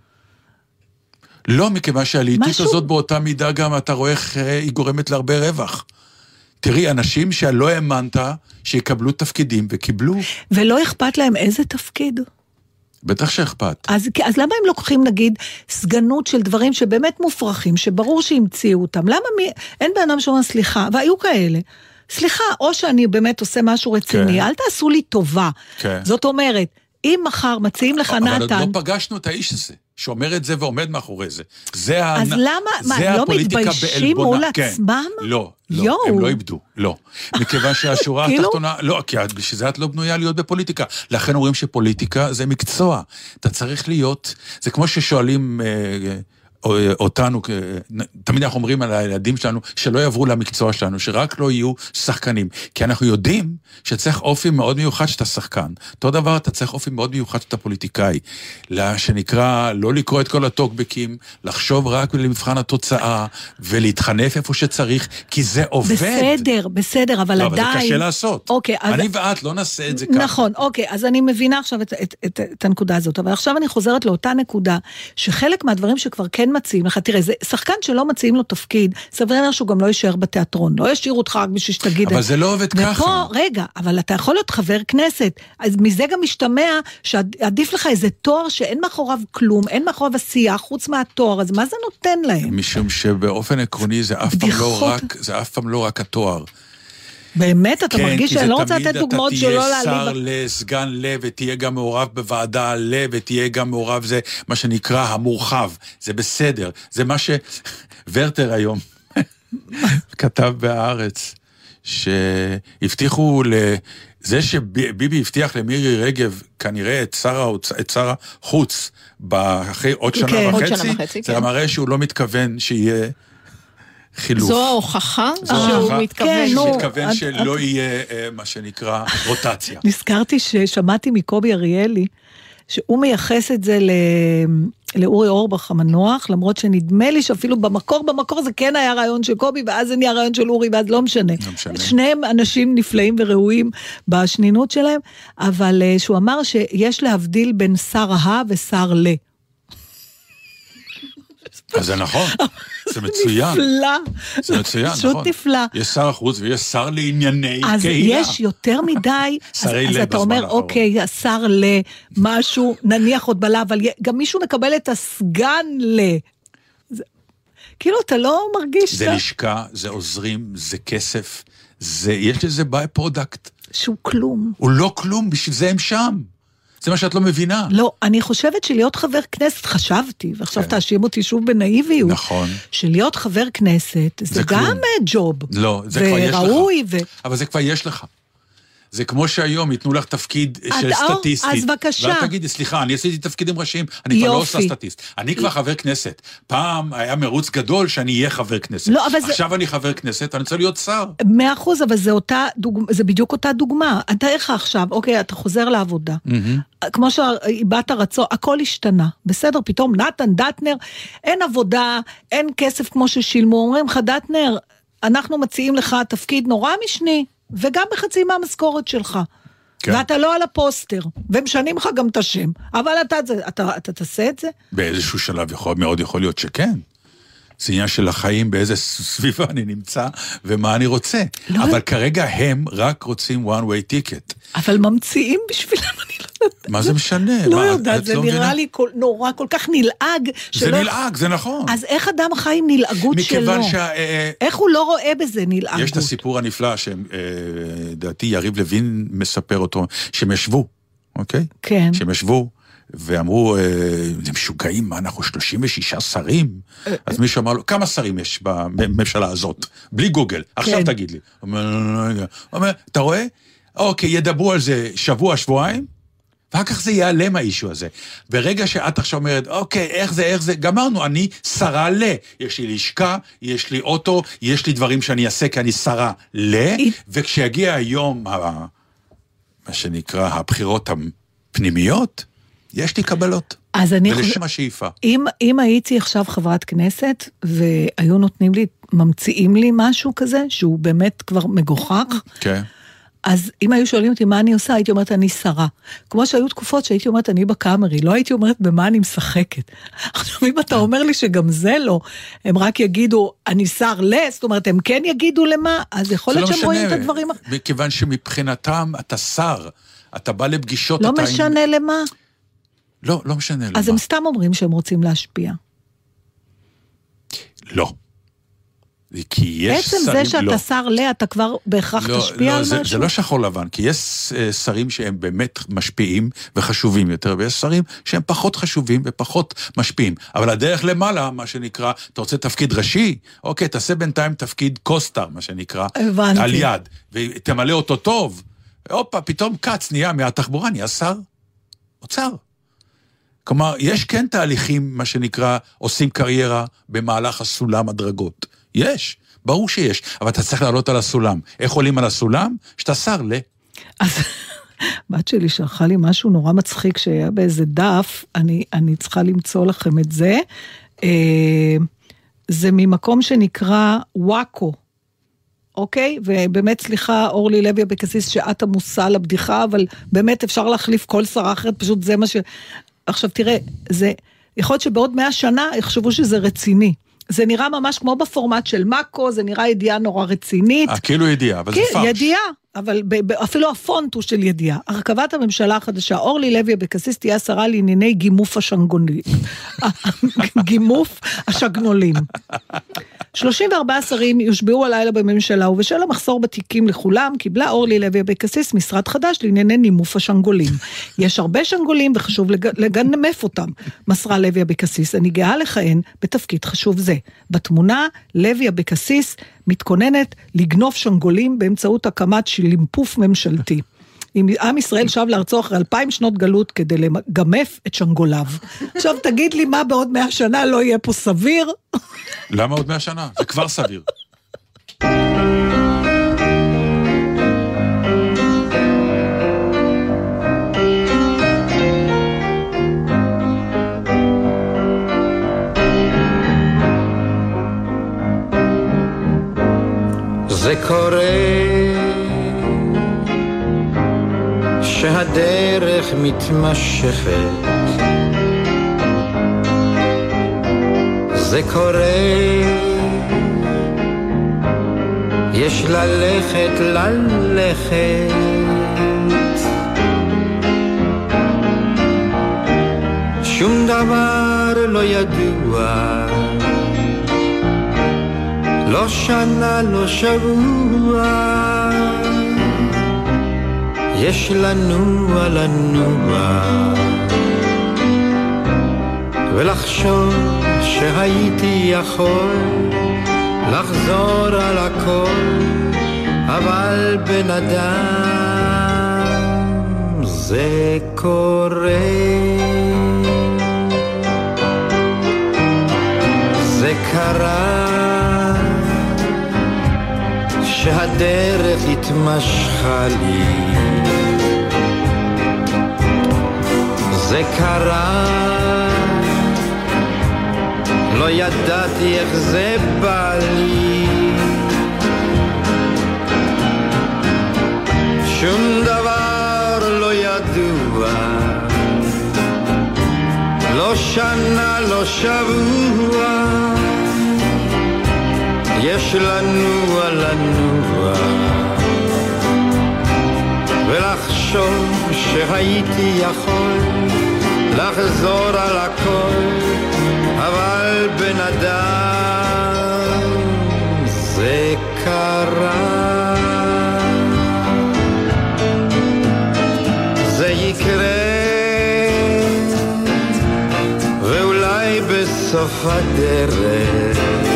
לא, מכיוון שהלהיטות משהו... הזאת באותה מידה גם אתה רואה איך היא גורמת להרבה רווח. תראי, אנשים שלא האמנת שיקבלו תפקידים וקיבלו. ולא אכפת להם איזה תפקיד? בטח שאכפת. אז, אז למה הם לוקחים, נגיד, סגנות של דברים שבאמת מופרכים, שברור שהמציאו אותם? למה מי, אין באדם שאומר סליחה, והיו כאלה. סליחה, או שאני באמת עושה משהו רציני, כן. אל תעשו לי טובה. כן. זאת אומרת, אם מחר מציעים לך נתן... אבל עוד לא פגשנו את האיש הזה, שאומר את זה ועומד מאחורי זה. זה אז ה... למה, זה מה, לא מתביישים מול כן. עצמם? לא, לא, יו. הם לא איבדו, לא. מכיוון שהשורה התחתונה, לא, כי בשביל זה את לא בנויה להיות בפוליטיקה. לכן אומרים שפוליטיקה זה מקצוע. אתה צריך להיות, זה כמו ששואלים... אותנו, תמיד אנחנו אומרים על הילדים שלנו, שלא יעברו למקצוע שלנו, שרק לא יהיו שחקנים. כי אנחנו יודעים שצריך אופי מאוד מיוחד שאתה שחקן. אותו דבר, אתה צריך אופי מאוד מיוחד שאתה פוליטיקאי. שנקרא, לא לקרוא את כל הטוקבקים, לחשוב רק למבחן התוצאה, ולהתחנף איפה שצריך, כי זה עובד. בסדר, בסדר, אבל לא, עדיין... אבל זה קשה לעשות. אוקיי, אז... אני ואת לא נעשה את זה ככה. נכון, אוקיי, אז אני מבינה עכשיו את, את, את, את הנקודה הזאת, אבל עכשיו אני חוזרת לאותה נקודה, שחלק מהדברים שכבר כן מציעים לך, תראה, זה שחקן שלא מציעים לו תפקיד, סביר אומר שהוא גם לא יישאר בתיאטרון, לא ישאיר אותך רק בשביל שתגיד... אבל זה לא עובד ופה, ככה. רגע, אבל אתה יכול להיות חבר כנסת, אז מזה גם משתמע שעדיף לך איזה תואר שאין מאחוריו כלום, אין מאחוריו עשייה, חוץ מהתואר, אז מה זה נותן להם? משום שבאופן עקרוני זה אף פעם לא רק, זה אף פעם לא רק התואר. באמת, אתה מרגיש שאני לא רוצה לתת דוגמאות שלא להעליב. להעליב. שר לסגן לב, ותהיה גם מעורב בוועדה לב, ותהיה גם מעורב, זה מה שנקרא המורחב. זה בסדר. זה מה שוורטר היום כתב בהארץ, שהבטיחו לזה שביבי הבטיח למירי רגב, כנראה את שר, את שר החוץ, אחרי עוד שנה כן, וחצי, עוד שנה וחצי, זה כן. מראה שהוא לא מתכוון שיהיה... חילוף. זו ההוכחה שהוא מתכוון. שהוא מתכוון שלא יהיה מה שנקרא רוטציה. נזכרתי ששמעתי מקובי אריאלי, שהוא מייחס את זה לאורי אורבך המנוח, למרות שנדמה לי שאפילו במקור, במקור זה כן היה רעיון של קובי, ואז זה נהיה רעיון של אורי, ואז לא משנה. שניהם אנשים נפלאים וראויים בשנינות שלהם, אבל שהוא אמר שיש להבדיל בין שר ה ושר ל. אז זה נכון, זה מצוין. נפלא. זה מצוין, נכון. פשוט נפלא. יש שר החוץ ויש שר לענייני אז קהילה. יש יותר מדי, אז, אז אתה אומר, האחרון. אוקיי, השר למשהו, נניח עוד בלה, אבל גם מישהו מקבל את הסגן ל... זה, כאילו, אתה לא מרגיש... זה שאתה... לשכה, זה עוזרים, זה כסף, זה, יש לזה ביי פרודקט. שהוא כלום. הוא לא כלום, בשביל זה הם שם. זה מה שאת לא מבינה. לא, אני חושבת שלהיות חבר כנסת, חשבתי, ועכשיו כן. תאשים אותי שוב בנאיביות. נכון. שלהיות חבר כנסת, זה, זה גם ג'וב. לא, זה כבר יש לך. וראוי ו... אבל זה כבר יש לך. זה כמו שהיום ייתנו לך תפקיד של או, סטטיסטית. אז בבקשה. ואת תגידי, סליחה, אני עשיתי תפקידים ראשיים, אני כבר לא עושה סטטיסט. אני כבר חבר כנסת. פעם היה מרוץ גדול שאני אהיה חבר כנסת. לא, אבל עכשיו זה... אני חבר כנסת, אני רוצה להיות שר. מאה אחוז, אבל זה, אותה דוג... זה בדיוק אותה דוגמה. אתה איך עכשיו, אוקיי, אתה חוזר לעבודה. Mm-hmm. כמו שהבאת רצון, הכל השתנה. בסדר, פתאום נתן דטנר, אין עבודה, אין כסף כמו ששילמו. אומרים לך, דטנר, אנחנו מציעים לך תפקיד נורא משני, וגם בחצי מהמשכורת שלך. כן. ואתה לא על הפוסטר, ומשנים לך גם את השם. אבל אתה, אתה, אתה, אתה תעשה את זה? באיזשהו שלב יכול, מאוד יכול להיות שכן. זה עניין של החיים, באיזה סביבה אני נמצא, ומה אני רוצה. לא. אבל כרגע הם רק רוצים one way ticket. אבל ממציאים בשבילם, אני לא יודעת. מה זה משנה? לא מה, יודעת, זה לא נראה מבינה? לי כל, נורא, כל כך נלעג. זה שלא... נלעג, זה נכון. אז איך אדם חי עם נלעגות שלו? מכיוון שה... איך הוא לא רואה בזה נלעגות? יש את הסיפור הנפלא, שדעתי יריב לוין מספר אותו, שהם ישבו, אוקיי? כן. שהם ישבו, ואמרו, זה משוגעים, מה אנחנו שלושים ושישה שרים? אז מישהו אמר לו, כמה שרים יש בממשלה הזאת? בלי גוגל, עכשיו תגיד לי. הוא אומר, אתה רואה? אוקיי, ידברו על זה שבוע, שבועיים, ואחר כך זה ייעלם האישו הזה. ברגע שאת עכשיו אומרת, אוקיי, איך זה, איך זה, גמרנו, אני שרה ל. יש לי לשכה, יש לי אוטו, יש לי דברים שאני אעשה כי אני שרה ל, וכשיגיע היום, מה שנקרא, הבחירות הפנימיות, יש לי קבלות. אז אני ולשם חושב, השאיפה. אם, אם הייתי עכשיו חברת כנסת, והיו נותנים לי, ממציאים לי משהו כזה, שהוא באמת כבר מגוחך, כן. אז אם היו שואלים אותי מה אני עושה, הייתי אומרת אני שרה. כמו שהיו תקופות שהייתי אומרת אני בקאמרי, לא הייתי אומרת במה אני משחקת. עכשיו אם אתה אומר לי שגם זה לא, הם רק יגידו אני שר לס, זאת אומרת הם כן יגידו למה, אז יכול להיות שהם רואים את הדברים. מכיוון שמבחינתם אתה שר, אתה בא לפגישות. לא משנה למה. לא, לא משנה למה. אז הם סתם אומרים שהם רוצים להשפיע. לא. כי יש בעצם שרים, זה שאתה לא. שר לה, אתה כבר בהכרח לא, תשפיע לא, על זה, משהו? זה לא שחור לבן, כי יש שרים שהם באמת משפיעים וחשובים יותר, ויש שרים שהם פחות חשובים ופחות משפיעים. אבל הדרך למעלה, מה שנקרא, אתה רוצה תפקיד ראשי, אוקיי, תעשה בינתיים תפקיד קוסטר, מה שנקרא, הבנתי. על יד, ותמלא אותו טוב, הופה, פתאום קץ נהיה מהתחבורה, נהיה שר, אוצר. כלומר, יש כן תהליכים, מה שנקרא, עושים קריירה במהלך הסולם הדרגות. יש, ברור שיש, אבל אתה צריך לעלות על הסולם. איך עולים על הסולם? שאתה שר ל... אז בת שלי שלחה לי משהו נורא מצחיק שהיה באיזה דף, אני, אני צריכה למצוא לכם את זה. זה ממקום שנקרא וואקו. אוקיי? ובאמת סליחה, אורלי לוי אבקסיס, שאת עמוסה לבדיחה, אבל באמת אפשר להחליף כל שרה אחרת, פשוט זה מה ש... עכשיו תראה, זה... יכול להיות שבעוד מאה שנה יחשבו שזה רציני. זה נראה ממש כמו בפורמט של מקו, זה נראה ידיעה נורא רצינית. אה, כאילו ידיעה, אבל זה פרש. ידיעה, אבל ב- ב- אפילו הפונט הוא של ידיעה. הרכבת הממשלה החדשה, אורלי לוי אבקסיס תהיה השרה לענייני גימוף השנגולים. גימוף השגנולים. שלושים וארבעה שרים יושבעו הלילה בממשלה, ובשל המחסור בתיקים לכולם, קיבלה אורלי לוי אבקסיס משרד חדש לענייני נימוף השנגולים. יש הרבה שנגולים וחשוב לג... לגנמף אותם. מסרה לוי אבקסיס, אני גאה לכהן בתפקיד חשוב זה. בתמונה, לוי אבקסיס מתכוננת לגנוף שנגולים באמצעות הקמת של לימפוף ממשלתי. עם עם ישראל שב לארצו אחרי אלפיים שנות גלות כדי לגמף את שנגוליו. עכשיו תגיד לי מה בעוד מאה שנה לא יהיה פה סביר? למה עוד מאה שנה? זה כבר סביר. זה קורה שהדרך מתמשכת, זה קורה יש ללכת ללכת, שום דבר לא ידוע, לא שנה לא שבוע, יש לנוע לנוע ולחשוב שהייתי יכול לחזור על הכל, אבל בן אדם זה קורה, זה קרה שהדרך התמשכה לי, זה קרה לא ידעתי איך זה בא לי, שום דבר לא ידוע, לא שנה לא שבוע, יש לנוע לנוע ולחשוב שהייתי יכול לחזור על הכל, אבל בן אדם זה קרה, זה יקרה ואולי בסוף הדרך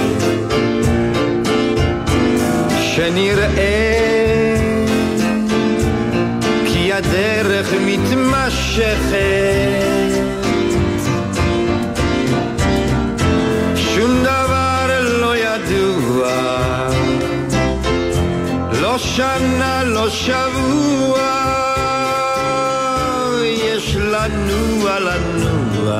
שנראה כי הדרך מתמשכת, שום דבר לא ידוע, לא שנה לא שבוע, יש לנוע לנוע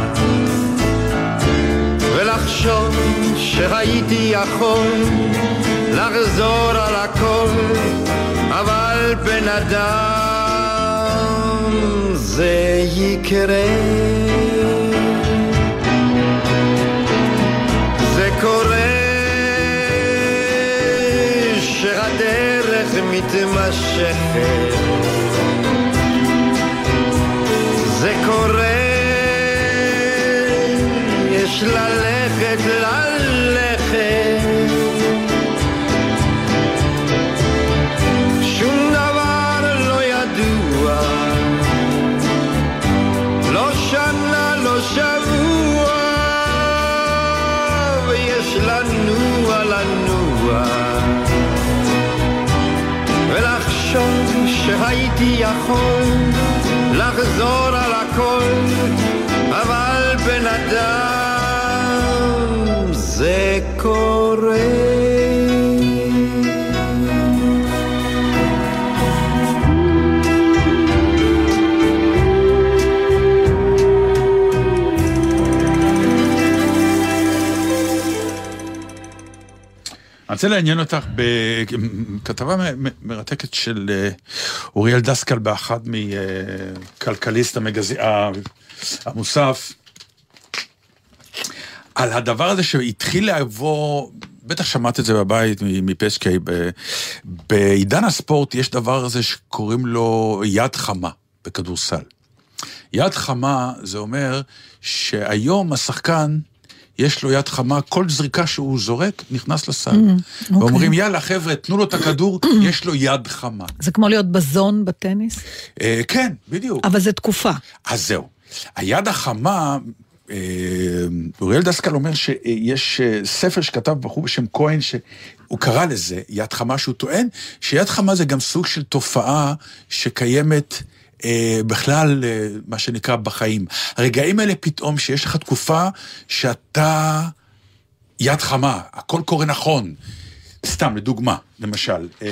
ולחשוב שהייתי יכול לחזור על הכל, אבל בן אדם זה יקרה, זה קורה שהדרך מתמשכת, זה קורה יש ללכת ללכת, שום דבר לא ידוע, לא שנה לא שבוע, ויש לנוע לנוע ולחשוב שהייתי יכול לחזור על הכל, בן אדם זה קורה. אני רוצה לעניין אותך בכתבה מרתקת של אוריאל דסקל באחד מכלכליסט המוסף, על הדבר הזה שהתחיל לעבור, בטח שמעת את זה בבית מפסקי, בעידן הספורט יש דבר הזה שקוראים לו יד חמה בכדורסל. יד חמה זה אומר שהיום השחקן יש לו יד חמה, כל זריקה שהוא זורק נכנס לסל. Mm, ואומרים, okay. יאללה חבר'ה, תנו לו את הכדור, יש לו יד חמה. זה כמו להיות בזון בטניס? אה, כן, בדיוק. אבל זה תקופה. אז זהו. היד החמה, אה, אוריאל דסקל אומר שיש ספר שכתב בחור בשם כהן, שהוא קרא לזה יד חמה, שהוא טוען שיד חמה זה גם סוג של תופעה שקיימת אה, בכלל, אה, מה שנקרא בחיים. הרגעים האלה פתאום שיש לך תקופה שאתה יד חמה, הכל קורה נכון. סתם, לדוגמה, למשל, אה,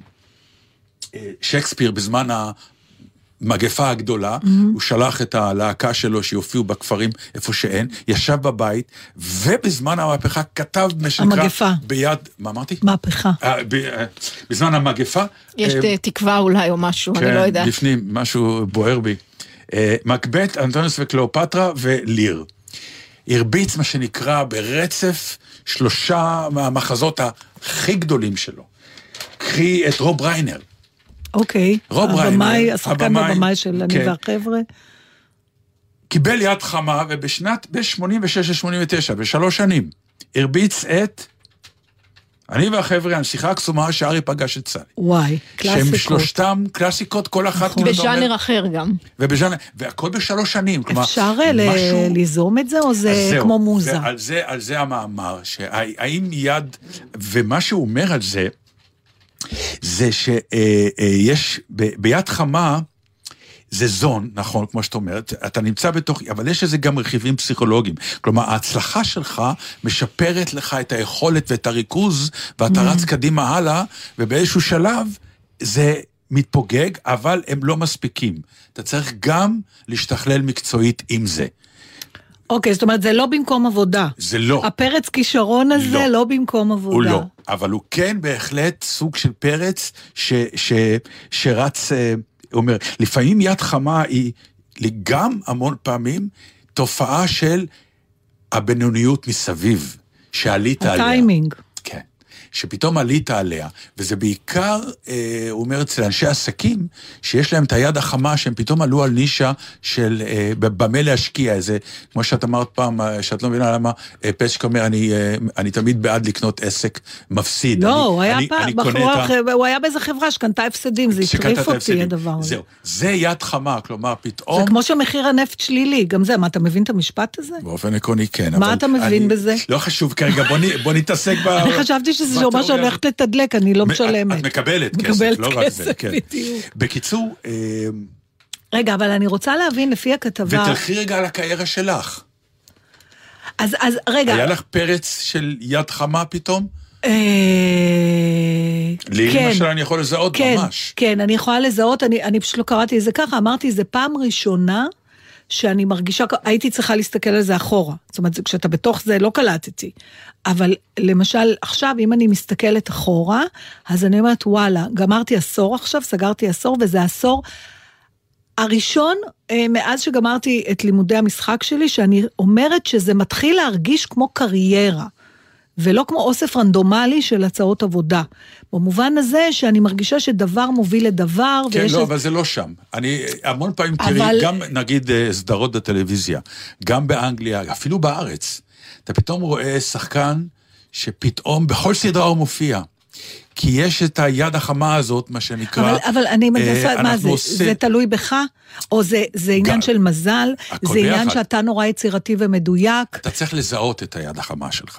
אה, שייקספיר בזמן המגפה הגדולה, mm-hmm. הוא שלח את הלהקה שלו שיופיעו בכפרים איפה שאין, ישב בבית, ובזמן המהפכה כתב משקרה המגפה. ביד, מה אמרתי? מהפכה. אה, ב, אה, בזמן המגפה. יש אה, תקווה אולי או משהו, כן, אני לא יודעת. לפנים, משהו בוער בי. אה, מקבט, אנטוניוס וקליאופטרה וליר. הרביץ מה שנקרא ברצף שלושה מהמחזות הכי גדולים שלו. קחי את רוב ריינר. אוקיי. רוב הבמאי, ריינר. השחקן בבמאי של אני כן. והחבר'ה. קיבל יד חמה, ובשנת, ב-שמונים ושש שמונים ותשע, בשלוש שנים, הרביץ את אני והחבר'ה, הנסיכה הקסומה שארי פגש את סלי. וואי, קלאסיקות. שהם שלושתם קלאסיקות, כל אחת... בז'אנר אחר גם. ובז'אנר, והכל בשלוש שנים. אפשר ליזום את זה, או זה כמו מוזה? על זה המאמר, שהאם יד, ומה שהוא אומר על זה, זה שיש ביד חמה, זה זון, נכון, כמו שאת אומרת, אתה נמצא בתוך, אבל יש לזה גם רכיבים פסיכולוגיים. כלומר, ההצלחה שלך משפרת לך את היכולת ואת הריכוז, ואתה רץ קדימה הלאה, ובאיזשהו שלב זה מתפוגג, אבל הם לא מספיקים. אתה צריך גם להשתכלל מקצועית עם זה. אוקיי, זאת אומרת, זה לא במקום עבודה. זה לא. הפרץ כישרון הזה לא, לא במקום עבודה. הוא לא, אבל הוא כן בהחלט סוג של פרץ ש, ש, שרץ... הוא אומר, לפעמים יד חמה היא גם המון פעמים תופעה של הבינוניות מסביב, שעלית עליה. הטיימינג. כן, שפתאום עלית עליה, וזה בעיקר, אה, הוא אומר אצל אנשי עסקים, שיש להם את היד החמה, שהם פתאום עלו על נישה של אה, במה להשקיע, איזה, כמו שאת אמרת פעם, שאת לא מבינה למה, אה, פסק אומר, אני, אה, אני תמיד בעד לקנות עסק מפסיד. לא, אני, הוא, היה אני, פעם, אני בחורה, ה... הוא היה באיזה חברה שקנתה הפסדים, זה הטריף אותי הדבר הזה. זהו, זה יד חמה, כלומר, פתאום... זה כמו שמחיר הנפט שלילי, גם זה, מה, אתה מבין את המשפט הזה? באופן עקרוני כן. מה אתה מבין אני, בזה? לא חשוב כרגע, בוא, בוא נתעסק ב... אני חשבתי שזה שומע שהולכת לתדלק, אני לא משלמת. את מקבלת כסף, לא רק זה. בקיצור... רגע, אבל אני רוצה להבין לפי הכתבה... ותלכי רגע על הקריירה שלך. אז, אז רגע... היה לך פרץ של יד חמה פתאום? כן. לי למשל אני יכול לזהות ממש. כן, אני יכולה לזהות, אני פשוט לא קראתי את זה ככה, אמרתי, זה פעם ראשונה שאני מרגישה, הייתי צריכה להסתכל על זה אחורה. זאת אומרת, כשאתה בתוך זה לא קלטתי. אבל למשל, עכשיו, אם אני מסתכלת אחורה, אז אני אומרת, וואלה, גמרתי עשור עכשיו, סגרתי עשור, וזה עשור הראשון, מאז שגמרתי את לימודי המשחק שלי, שאני אומרת שזה מתחיל להרגיש כמו קריירה, ולא כמו אוסף רנדומלי של הצעות עבודה. במובן הזה שאני מרגישה שדבר מוביל לדבר. כן, לא, את... אבל זה לא שם. אני המון פעמים אבל... תראי, גם נגיד סדרות בטלוויזיה, גם באנגליה, אפילו בארץ, אתה פתאום רואה שחקן שפתאום בכל סדרה הוא מופיע. כי יש את היד החמה הזאת, מה שנקרא... אבל, אבל אני מנסה, אה, מה זה? עושה... זה תלוי בך? או זה, זה עניין של מזל? זה עניין ביחד. שאתה נורא יצירתי ומדויק? אתה צריך לזהות את היד החמה שלך.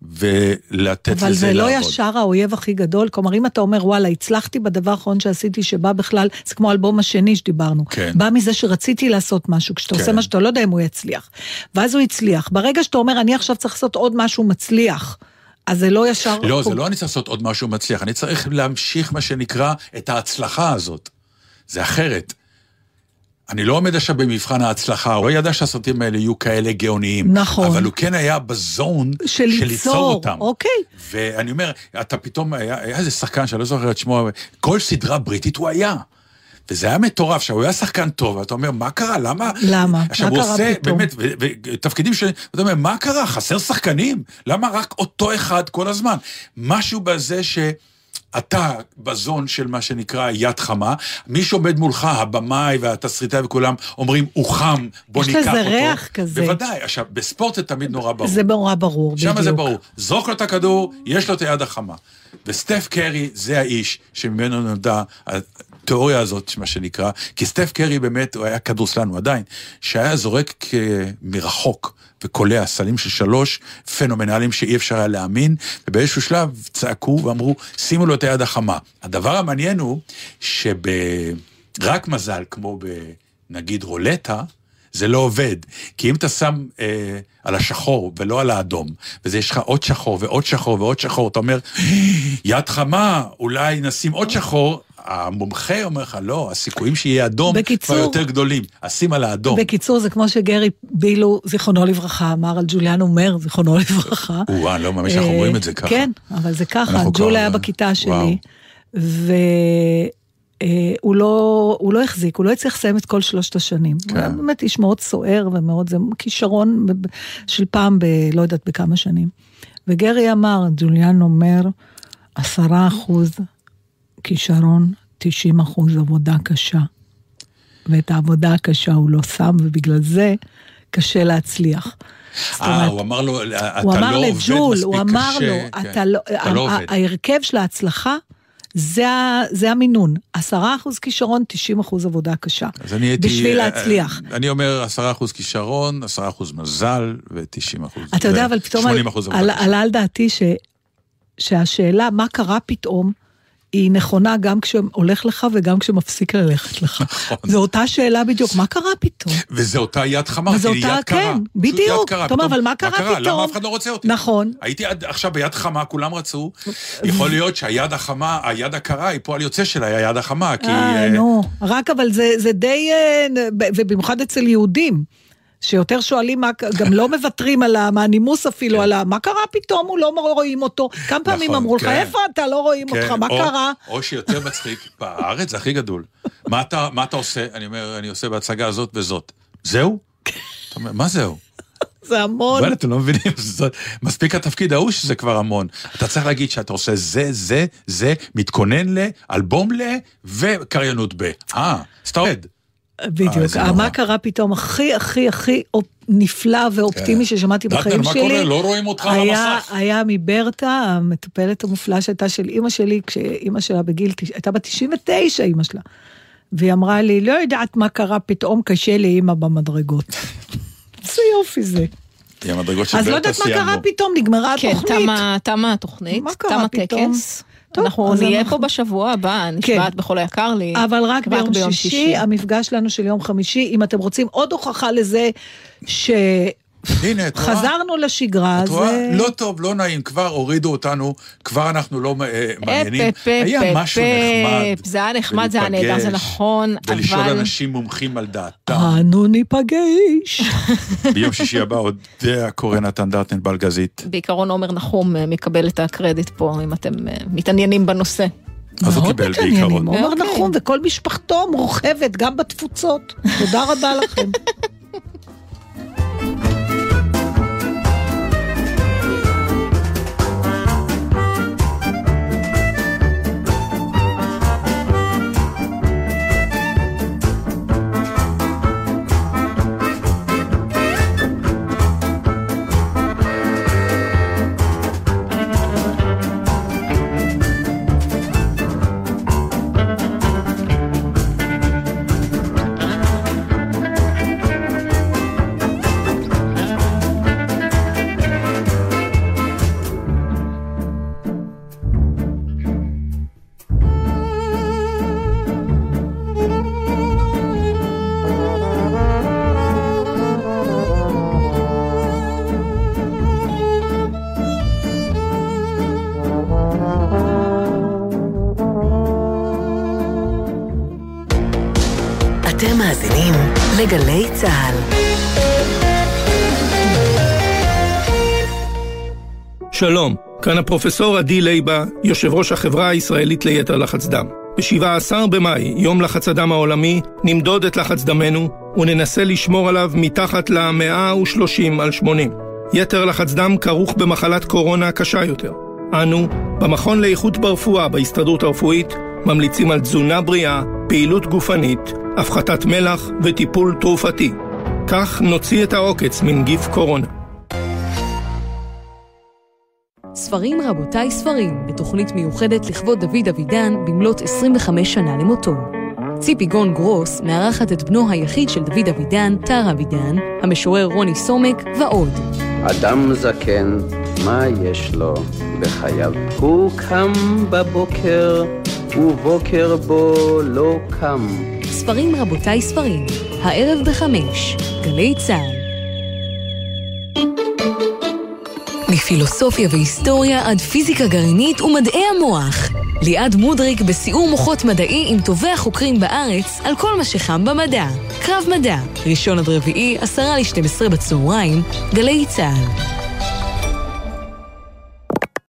ולתת אבל לזה זה לא לעבוד. ישר האויב הכי גדול, כלומר אם אתה אומר וואלה, הצלחתי בדבר האחרון שעשיתי שבא בכלל, זה כמו האלבום השני שדיברנו, כן. בא מזה שרציתי לעשות משהו, כשאתה כן. עושה מה שאתה לא יודע אם הוא יצליח, ואז הוא הצליח, ברגע שאתה אומר אני עכשיו צריך לעשות עוד משהו מצליח, אז זה לא ישר... לא, זה לא אני צריך לעשות עוד משהו מצליח, אני צריך להמשיך מה שנקרא את ההצלחה הזאת, זה אחרת. אני לא עומד עכשיו במבחן ההצלחה, הוא לא ידע שהסרטים האלה יהיו כאלה גאוניים. נכון. אבל הוא כן היה בזון של ליצור אותם. אוקיי. ואני אומר, אתה פתאום, היה, היה איזה שחקן שאני לא זוכר את שמו, כל סדרה בריטית הוא היה. וזה היה מטורף, שהוא היה שחקן טוב, ואתה אומר, מה קרה? למה? למה? עכשיו מה הוא קרה עושה, פתאום? באמת, ותפקידים ש... אתה אומר, מה קרה? חסר שחקנים? למה רק אותו אחד כל הזמן? משהו בזה ש... אתה בזון של מה שנקרא יד חמה, מי שעומד מולך, הבמאי והתסריטאי וכולם, אומרים, הוא חם, בוא ניקח אותו. יש לזה ריח כזה. בוודאי, עכשיו, בספורט זה תמיד נורא ברור. זה נורא ברור, בדיוק. שם זה ברור. זרוק לו את הכדור, יש לו את היד החמה. וסטף קרי זה האיש שממנו נולדה התיאוריה הזאת, מה שנקרא, כי סטף קרי באמת, הוא היה כדורסלן, הוא עדיין, שהיה זורק מרחוק, וקולע סלים של שלוש פנומנליים שאי אפשר היה להאמין, ובאיזשהו שלב צעקו ואמרו, שימו לו את היד החמה. הדבר המעניין הוא, שברק מזל, כמו בנגיד רולטה, זה לא עובד, כי אם אתה שם אה, על השחור ולא על האדום, וזה יש לך עוד שחור ועוד שחור ועוד שחור, אתה אומר, יד חמה, אולי נשים עוד שחור, המומחה אומר לך, לא, הסיכויים שיהיה אדום כבר יותר גדולים, אשים על האדום. בקיצור, זה כמו שגרי בילו, זיכרונו לברכה, אמר על ג'וליאן אומר, זיכרונו לברכה. וואו, לא ממש אנחנו אומרים את זה ככה. כן, אבל זה ככה, ג'ול היה בכיתה שלי, והוא לא, הוא לא החזיק, הוא לא הצליח לסיים את כל שלושת השנים. הוא היה באמת איש מאוד סוער, ומאוד, זה כישרון של פעם, לא יודעת בכמה שנים. וגרי אמר, ג'וליאן אומר, עשרה אחוז, כישרון, תשעים אחוז עבודה קשה. ואת העבודה הקשה הוא לא שם, ובגלל זה קשה להצליח. אה, הוא אמר לו, אתה הוא אמר לא עובד לג'ול, מספיק הוא אמר קשה. לו, כן. אתה לא, אתה לא עובד. ההרכב של ההצלחה, זה, זה המינון. עשרה אחוז כישרון, תשעים אחוז עבודה קשה. אז אני הייתי, בשביל להצליח. אני אומר עשרה אחוז כישרון, עשרה אחוז מזל, ו-תשעים אחוז. אתה יודע, אבל פתאום עלה על דעתי ש, שהשאלה, מה קרה פתאום, היא נכונה גם כשהולך לך וגם כשמפסיק ללכת לך. זו אותה שאלה בדיוק, מה קרה פתאום? וזו אותה יד חמה, כי היא יד קרה. כן, בדיוק. זאת אומרת, אבל מה קרה פתאום? למה אף אחד לא רוצה אותי? נכון. הייתי עכשיו ביד חמה, כולם רצו. יכול להיות שהיד החמה, היד הקרה, היא פועל יוצא שלה, היא היד החמה, כי... אה, נו, רק אבל זה די, ובמיוחד אצל יהודים. שיותר שואלים, גם לא מוותרים על הנימוס אפילו, על מה קרה פתאום, הוא לא רואים אותו. כמה פעמים אמרו לך, איפה אתה לא רואים אותך, מה קרה? או שיותר מצחיק, בארץ זה הכי גדול. מה אתה עושה? אני אומר, אני עושה בהצגה הזאת וזאת. זהו? מה זהו? זה המון. אבל אתם לא מבינים, מספיק התפקיד ההוא שזה כבר המון. אתה צריך להגיד שאתה עושה זה, זה, זה, מתכונן ל, אלבום ל, וקריינות ב. אה, סתם עד. בדיוק, מה קרה פתאום הכי הכי הכי נפלא ואופטימי ששמעתי בחיים שלי, לא רואים אותך על המסך. היה מברטה, המטפלת המופלאה שהייתה של אמא שלי, כשאמא שלה בגיל, הייתה בת תשעים ותשע אמא שלה, והיא אמרה לי, לא יודעת מה קרה, פתאום קשה לי אמא במדרגות. זה יופי זה. אז לא יודעת מה קרה פתאום, נגמרה התוכנית. כן, תמה התוכנית, תמה טקס. אנחנו נהיה פה בשבוע הבא, נשבעת בכל היקר לי. אבל רק ביום שישי, המפגש שלנו של יום חמישי, אם אתם רוצים עוד הוכחה לזה, שחזרנו לשגרה. לא טוב, לא נעים, כבר הורידו אותנו, כבר אנחנו לא מעניינים. היה משהו נחמד. זה היה נחמד, זה היה נהדר, זה נכון, אבל... ולשאול אנשים מומחים על דעתם. אנו ניפגש. ביום שישי הבא עוד קורא נתן דרטן בלגזית. בעיקרון עומר נחום מקבל את הקרדיט פה, אם אתם מתעניינים בנושא. אז הוא קיבל בעיקרון. עומר נחום וכל משפחתו מורחבת, גם בתפוצות. תודה רבה לכם. אתם מאזינים לגלי צהל. שלום, כאן הפרופסור עדי לייבה, יושב ראש החברה הישראלית ליתר לחץ דם. ב-שבעה עשר במאי, יום לחץ הדם העולמי, נמדוד את לחץ דמנו וננסה לשמור עליו מתחת ל-מאה ושלושים על שמונים. יתר לחץ דם כרוך במחלת קורונה קשה יותר. אנו, במכון לאיכות ברפואה בהסתדרות הרפואית, ממליצים על תזונה בריאה, פעילות גופנית, הפחתת מלח וטיפול תרופתי. כך נוציא את העוקץ מנגיף קורונה. ספרים רבותיי ספרים, בתוכנית מיוחדת לכבוד דוד אבידן במלאת עשרים וחמש שנה למותו. ציפי גון גרוס מארחת את בנו היחיד של דוד אבידן, טר אבידן, המשורר רוני סומק ועוד. אדם זקן, מה יש לו בחייו? הוא קם בבוקר ובוקר בו לא קם. ספרים רבותיי ספרים, הערב בחמש, גלי צהל. מפילוסופיה והיסטוריה עד פיזיקה גרעינית ומדעי המוח. ליעד מודריק בסיעור מוחות מדעי עם טובי החוקרים בארץ על כל מה שחם במדע. קרב מדע, ראשון עד רביעי, עשרה לשתים עשרה בצהריים, גלי צהל.